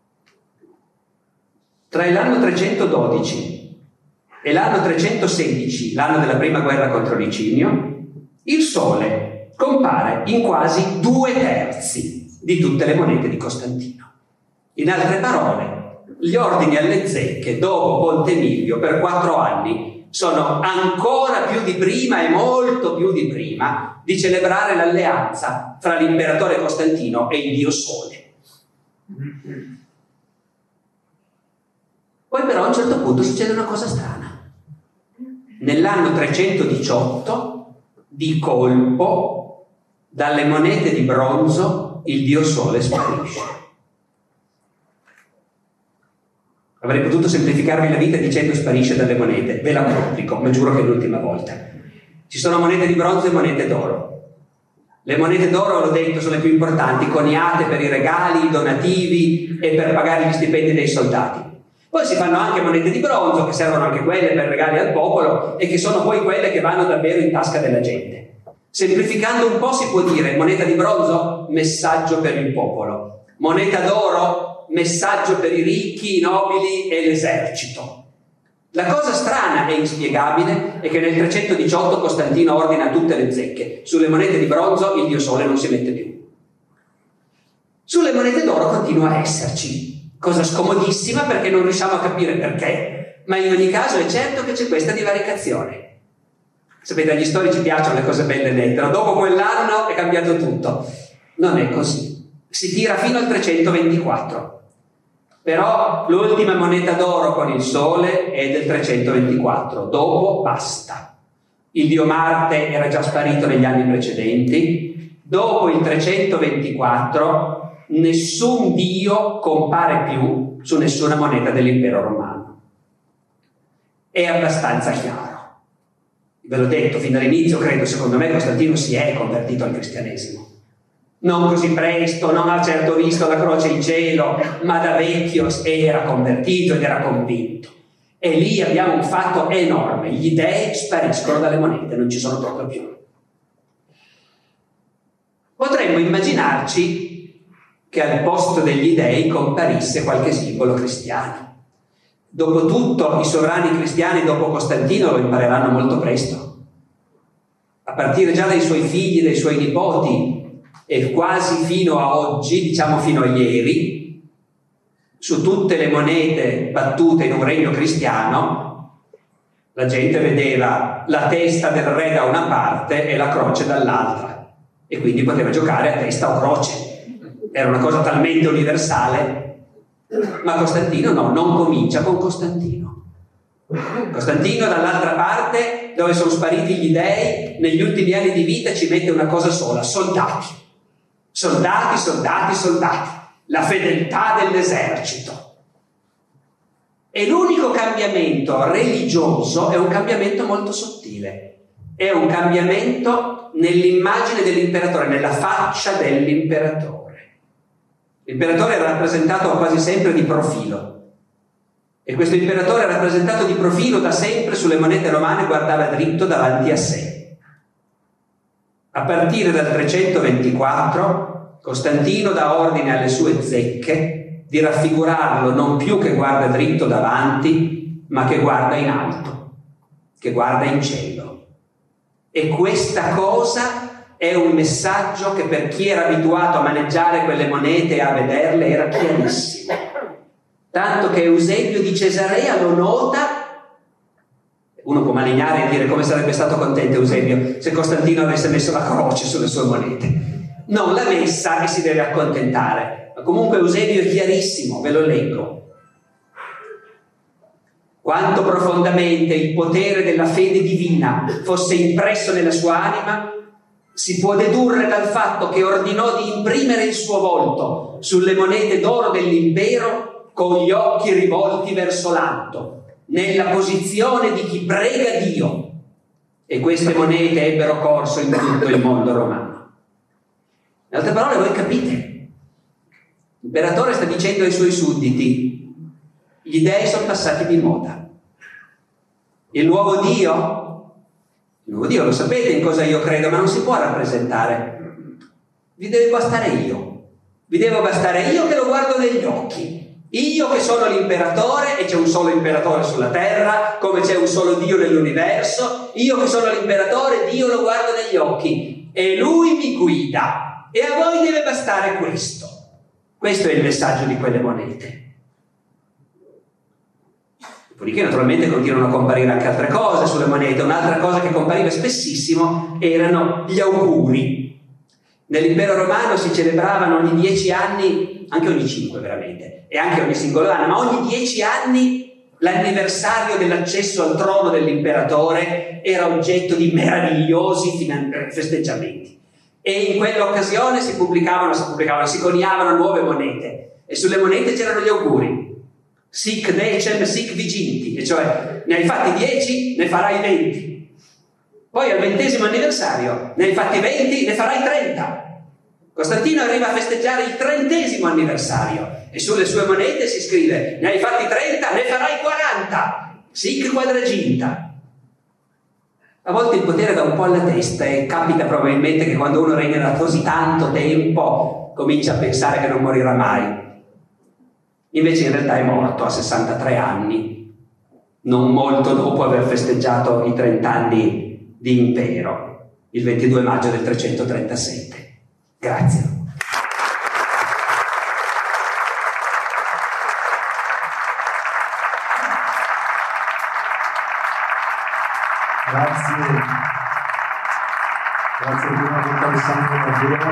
Tra l'anno 312 e l'anno 316, l'anno della prima guerra contro Licinio, il Sole compare in quasi 2/3 di tutte le monete di Costantino. In altre parole, gli ordini alle zecche dopo Ponte Milvio per 4 anni sono ancora più di prima e molto più di prima di celebrare l'alleanza fra l'imperatore Costantino e il dio Sole. Poi però a un certo punto succede una cosa strana. Nell'anno 318, di colpo, dalle monete di bronzo il dio Sole sparisce. Avrei potuto semplificarvi la vita dicendo sparisce dalle monete, ve la complico, ma giuro che è l'ultima volta. Ci sono monete di bronzo e monete d'oro. Le monete d'oro, l'ho detto, sono le più importanti, coniate per i regali, i donativi e per pagare gli stipendi dei soldati. Poi si fanno anche monete di bronzo, che servono anche quelle per regali al popolo e che sono poi quelle che vanno davvero in tasca della gente. Semplificando un po' si può dire: moneta di bronzo, messaggio per il popolo; moneta d'oro, messaggio per i ricchi, i nobili e l'esercito. La cosa strana e inspiegabile è che nel 318 Costantino ordina tutte le zecche. Sulle monete di bronzo il dio Sole non si mette più. Sulle monete d'oro continua a esserci, cosa scomodissima perché non riusciamo a capire perché, ma in ogni caso è certo che c'è questa divaricazione. Sapete, agli storici piacciono le cose belle e nette, no? Dopo quell'anno è cambiato tutto. Non è così. Si tira fino al 324. Però l'ultima moneta d'oro con il Sole è del 324, dopo basta. Il dio Marte era già sparito negli anni precedenti. Dopo il 324 nessun dio compare più su nessuna moneta dell'impero romano. È abbastanza chiaro. Ve l'ho detto fin dall'inizio, credo, secondo me Costantino si è convertito al cristianesimo. Non così presto, non ha certo visto la croce in cielo, ma da vecchio era convertito ed era convinto. E lì abbiamo un fatto enorme: gli dei spariscono dalle monete, non ci sono proprio più. Potremmo immaginarci che al posto degli dei comparisse qualche simbolo cristiano. Dopotutto i sovrani cristiani dopo Costantino lo impareranno molto presto, a partire già dai suoi figli, dai suoi nipoti, e quasi fino a oggi, diciamo fino a ieri, su tutte le monete battute in un regno cristiano la gente vedeva la testa del re da una parte e la croce dall'altra, e quindi poteva giocare a testa o croce. Era una cosa talmente universale. Ma Costantino no, non comincia con Costantino. Costantino dall'altra parte, dove sono spariti gli dei, negli ultimi anni di vita ci mette una cosa sola: soldati. Soldati, soldati, soldati. La fedeltà dell'esercito. E l'unico cambiamento religioso è un cambiamento molto sottile. È un cambiamento nell'immagine dell'imperatore, nella faccia dell'imperatore. L'imperatore era rappresentato quasi sempre di profilo, e questo imperatore rappresentato di profilo da sempre sulle monete romane guardava dritto davanti a sé. A partire dal 324 Costantino dà ordine alle sue zecche di raffigurarlo non più che guarda dritto davanti, ma che guarda in alto, che guarda in cielo. E questa cosa è un messaggio che per chi era abituato a maneggiare quelle monete e a vederle era chiarissimo. Tanto che Eusebio di Cesarea lo nota. Uno può malignare e dire: come sarebbe stato contento Eusebio se Costantino avesse messo la croce sulle sue monete. Non l'ha messa e si deve accontentare. Ma comunque Eusebio è chiarissimo, ve lo leggo. Quanto profondamente il potere della fede divina fosse impresso nella sua anima si può dedurre dal fatto che ordinò di imprimere il suo volto sulle monete d'oro dell'impero con gli occhi rivolti verso l'alto, nella posizione di chi prega Dio, e queste monete ebbero corso in tutto il mondo romano. In altre parole, voi capite, l'imperatore sta dicendo ai suoi sudditi: gli dei sono passati di moda. Il nuovo Dio lo sapete in cosa io credo, ma non si può rappresentare. Vi deve bastare io. Vi devo bastare io che lo guardo negli occhi. Io che sono l'imperatore, e c'è un solo imperatore sulla terra, come c'è un solo Dio nell'universo. Io che sono l'imperatore, Dio lo guardo negli occhi e lui mi guida. E a voi deve bastare questo. Questo è il messaggio di quelle monete. Dopodiché naturalmente continuano a comparire anche altre cose sulle monete. Un'altra cosa che compariva spessissimo erano gli auguri. Nell'impero romano si celebravano ogni 10 anni, anche ogni 5 veramente, e anche ogni singolo anno, ma ogni 10 anni L'anniversario dell'accesso al trono dell'imperatore era oggetto di meravigliosi festeggiamenti e in quell'occasione si coniavano nuove monete e sulle monete c'erano gli auguri: sic decem sic viginti, e cioè ne hai fatti 10, ne farai 20. Poi al 20° anniversario ne hai fatti 20, ne farai 30. Costantino arriva a festeggiare il 30° anniversario e sulle sue monete si scrive: ne hai fatti 30, ne farai 40, sic quadraginta. A volte il potere dà un po' alla testa e capita probabilmente che quando uno regna da così tanto tempo comincia a pensare che non morirà mai. Invece in realtà è morto a 63 anni, non molto dopo aver festeggiato i 30 anni di impero, il 22 maggio del 337. Grazie. Grazie prima di tutto Alessandro Barbero.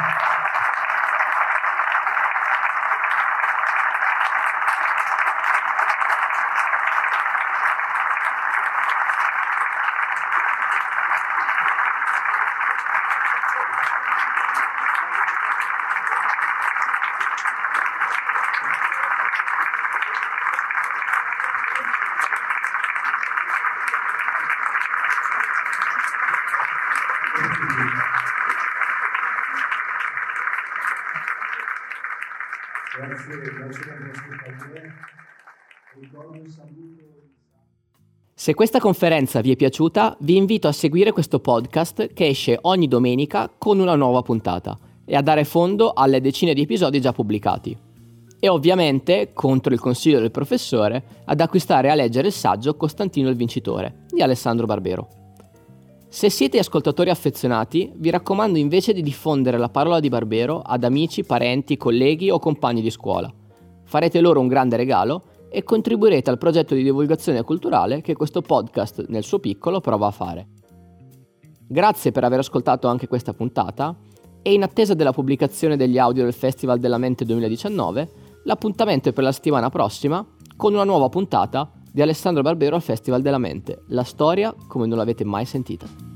Se questa conferenza vi è piaciuta, vi invito a seguire questo podcast che esce ogni domenica con una nuova puntata e a dare fondo alle decine di episodi già pubblicati. E ovviamente, contro il consiglio del professore, ad acquistare e a leggere il saggio Costantino il Vincitore di Alessandro Barbero. Se siete ascoltatori affezionati, vi raccomando invece di diffondere la parola di Barbero ad amici, parenti, colleghi o compagni di scuola. Farete loro un grande regalo e contribuirete al progetto di divulgazione culturale che questo podcast, nel suo piccolo, prova a fare. Grazie per aver ascoltato anche questa puntata e in attesa della pubblicazione degli audio del Festival della Mente 2019, l'appuntamento è per la settimana prossima con una nuova puntata di Alessandro Barbero al Festival della Mente, la storia come non l'avete mai sentita.